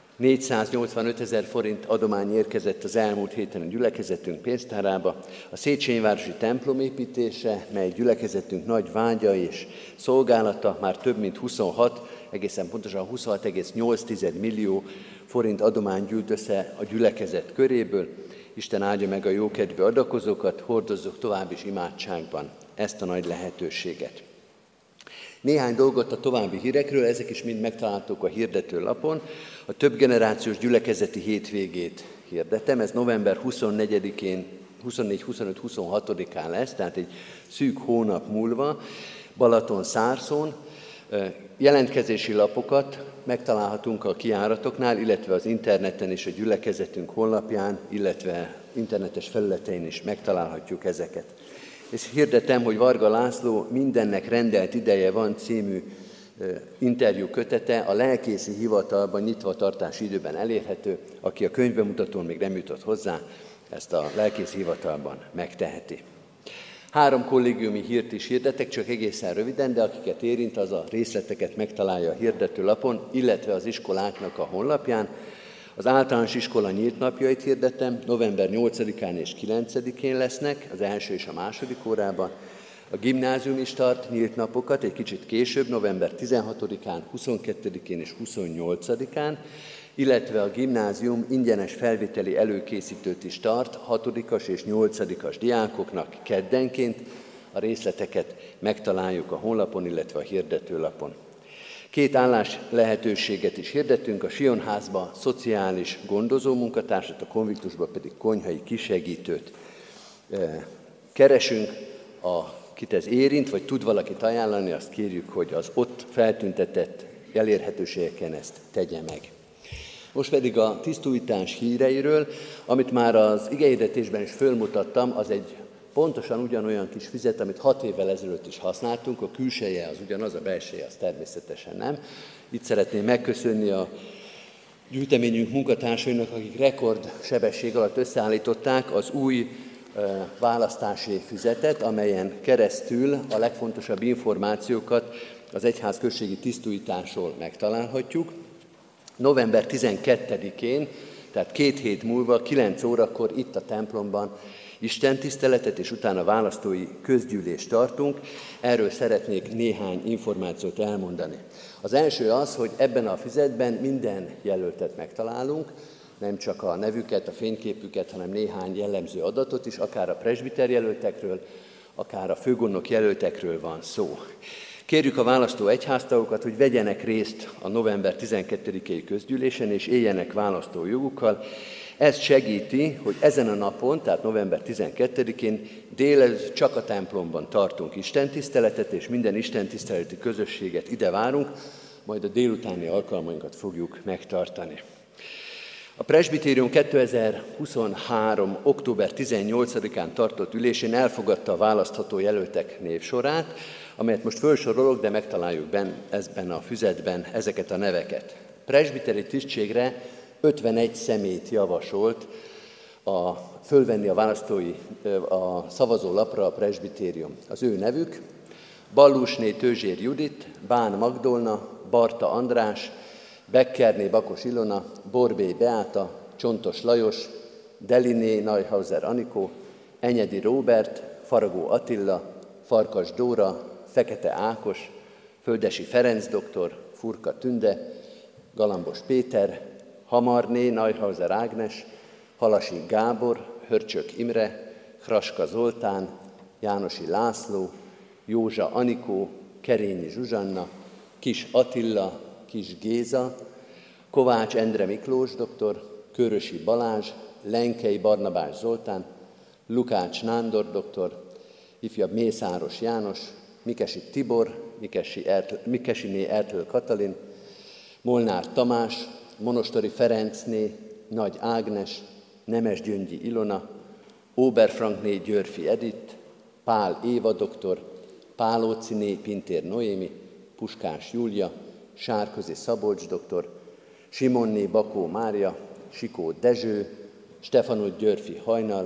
485 000 forint adomány érkezett az elmúlt héten a gyülekezetünk pénztárába. A Széchenyi-városi templom építése, mely gyülekezetünk nagy vágya és szolgálata, már több mint 26, egészen pontosan 26,8 millió forint adomány gyűlt össze a gyülekezet köréből. Isten áldja meg a jókedvű adakozókat, hordozzuk tovább is imádságban ezt a nagy lehetőséget. Néhány dolgot a további hírekről, ezek is mind megtaláltuk a hirdetőlapon. A több generációs gyülekezeti hétvégét hirdetem, ez november 24-én, 24-25-26-án lesz, tehát egy szűk hónap múlva, Balaton-Szárszón. Jelentkezési lapokat megtalálhatunk a kijáratoknál, illetve az interneten és a gyülekezetünk honlapján, illetve internetes felületein is megtalálhatjuk ezeket. És hirdetem, hogy Varga László Mindennek rendelt ideje van című interjú kötete a lelkészi hivatalban nyitvatartási időben elérhető. Aki a könyvbemutatón még nem jutott hozzá, ezt a lelkészi hivatalban megteheti. 3 kollégiumi hírt is hirdetek, csak egészen röviden, de akiket érint, az a részleteket megtalálja a hirdetőlapon, illetve az iskoláknak a honlapján. Az általános iskola nyílt napjait hirdetem, november 8-án és 9-én lesznek, az első és a második órában. A gimnázium is tart nyílt napokat, egy kicsit később, november 16-án, 22-én és 28-án, illetve a gimnázium ingyenes felvételi előkészítőt is tart 6-as és 8-as diákoknak keddenként. A részleteket megtaláljuk a honlapon, illetve a hirdetőlapon. 2 állás lehetőséget is hirdetünk, a Sionházba szociális gondozó munkatársat, a Konviktusba pedig konyhai kisegítőt keresünk. Akit ez érint, vagy tud valakit ajánlani, azt kérjük, hogy az ott feltüntetett elérhetőségeken ezt tegye meg. Most pedig a tisztújítás híreiről, amit már az igehirdetésben is fölmutattam, az egy pontosan ugyanolyan kis füzet, amit 6 évvel ezelőtt is használtunk, a külseje az ugyanaz, a belseje az természetesen nem. Itt szeretném megköszönni a gyűjteményünk munkatársainak, akik rekordsebesség alatt összeállították az új választási füzetet, amelyen keresztül a legfontosabb információkat az egyház községi tisztújításról megtalálhatjuk. November 12-én, tehát 2 hét múlva, 9 órakor itt a templomban istentiszteletet és utána választói közgyűlést tartunk. Erről szeretnék néhány információt elmondani. Az első az, hogy ebben a füzetben minden jelöltet megtalálunk, nem csak a nevüket, a fényképüket, hanem néhány jellemző adatot is, akár a presbiter jelöltekről, akár a főgondnok jelöltekről van szó. Kérjük a választó egyháztagokat, hogy vegyenek részt a november 12-i közgyűlésen, és éljenek választójogukkal. Ez segíti, hogy ezen a napon, tehát november 12-én délelőtt csak a templomban tartunk istentiszteletet, és minden istentiszteleti közösséget ide várunk, majd a délutáni alkalmainkat fogjuk megtartani. A presbitérium 2023. október 18-án tartott ülésén elfogadta a választható jelöltek névsorát, amelyet most felsorolok, de megtaláljuk ebben a füzetben ezeket a neveket. Presbiteri tisztségre 51 személyt javasolt fölvenni a szavazólapra a presbitérium. Az ő nevük: Ballusné Tőzsér Judit, Bán Magdolna, Barta András, Beckerné Bakos Ilona, Borbély Beáta, Csontos Lajos, Deliné Neuhauser Anikó, Enyedi Róbert, Faragó Attila, Farkas Dóra, Fekete Ákos, Földesi Ferenc doktor, Furka Tünde, Galambos Péter, Hamarné Neuhauser Ágnes, Halasi Gábor, Hörcsök Imre, Kraska Zoltán, Jánosi László, Józsa Anikó, Kerényi Zsuzsanna, Kis Attila, Kis Géza, Kovács Endre Miklós doktor, Körösi Balázs, Lenkei Barnabás Zoltán, Lukács Nándor doktor, ifjabb Mészáros János, Mikesi Tibor, Mikesiné Ertl Katalin, Molnár Tamás, Monostori Ferencné Nagy Ágnes, Nemes Gyöngyi Ilona, Oberfrankné Györfi Edith, Pál Éva doktor, Pálóciné Pintér Noémi, Puskás Júlia, Sárközi Szabolcs doktor, Simonné Bakó Mária, Sikó Dezső, Stefanut Györfi Hajnal,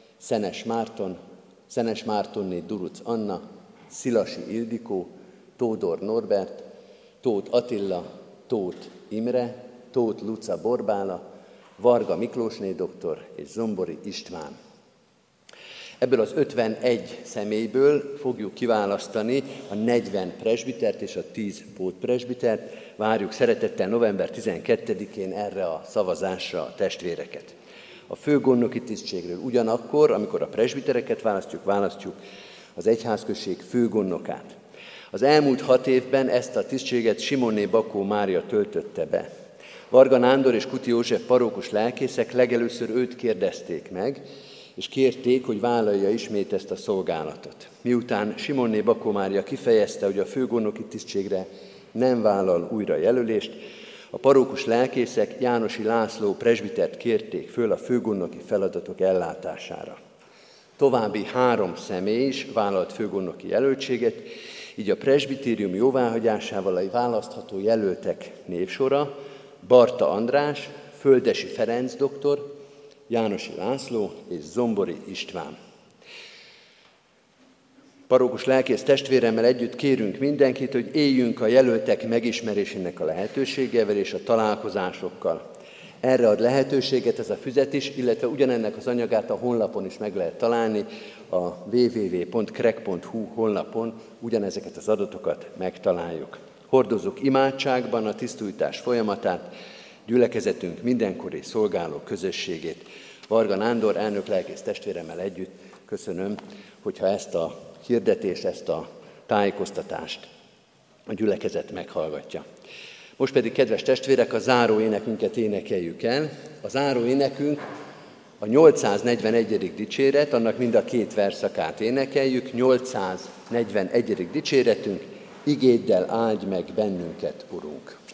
Szenes Mártonné Duruc Anna, Szilasi Ildikó, Tódor Norbert, Tóth Attila, Tóth Imre, Tóth Luca Borbála, Varga Miklósné doktor és Zombori István. Ebből az 51 személyből fogjuk kiválasztani a 40 presbitert és a 10 pótpresbitert. Várjuk szeretettel november 12-én erre a szavazásra a testvéreket. A főgondnoki tisztségről ugyanakkor, amikor a presbitereket választjuk az egyházközség főgondnokát. Az elmúlt 6 évben ezt a tisztséget Simonné Bakó Mária töltötte be. Varga Nándor és Kuti József parókus lelkészek legelőször őt kérdezték meg, és kérték, hogy vállalja ismét ezt a szolgálatot. Miután Simonné Bakó Mária kifejezte, hogy a főgondnoki tisztségre nem vállal újra jelölést, a parókus lelkészek Jánosi László presbitert kérték föl a főgondnoki feladatok ellátására. További 3 személy is vállalt főgondnoki jelöltséget, így a presbitérium jóváhagyásával a választható jelöltek névsora: Barta András, Földesi Ferenc doktor, Jánosi László és Zombori István. Parókus lelkész testvéremmel együtt kérünk mindenkit, hogy éljünk a jelöltek megismerésének a lehetőségével és a találkozásokkal. Erre ad lehetőséget ez a füzet is, illetve ugyanennek az anyagát a honlapon is meg lehet találni, a www.krek.hu honlapon ugyanezeket az adatokat megtaláljuk. Hordozzuk imádságban a tisztújtás folyamatát, gyülekezetünk mindenkori szolgáló közösségét. Varga Nándor elnök lelkész testvéremmel együtt köszönöm, hogyha ezt a hirdetést, ezt a tájékoztatást a gyülekezet meghallgatja. Most pedig, kedves testvérek, a záró énekünket énekeljük el. A záró énekünk a 841. dicséret, annak mind a 2 verszakát énekeljük. 841. dicséretünk: igéddel áldj meg bennünket, Urunk!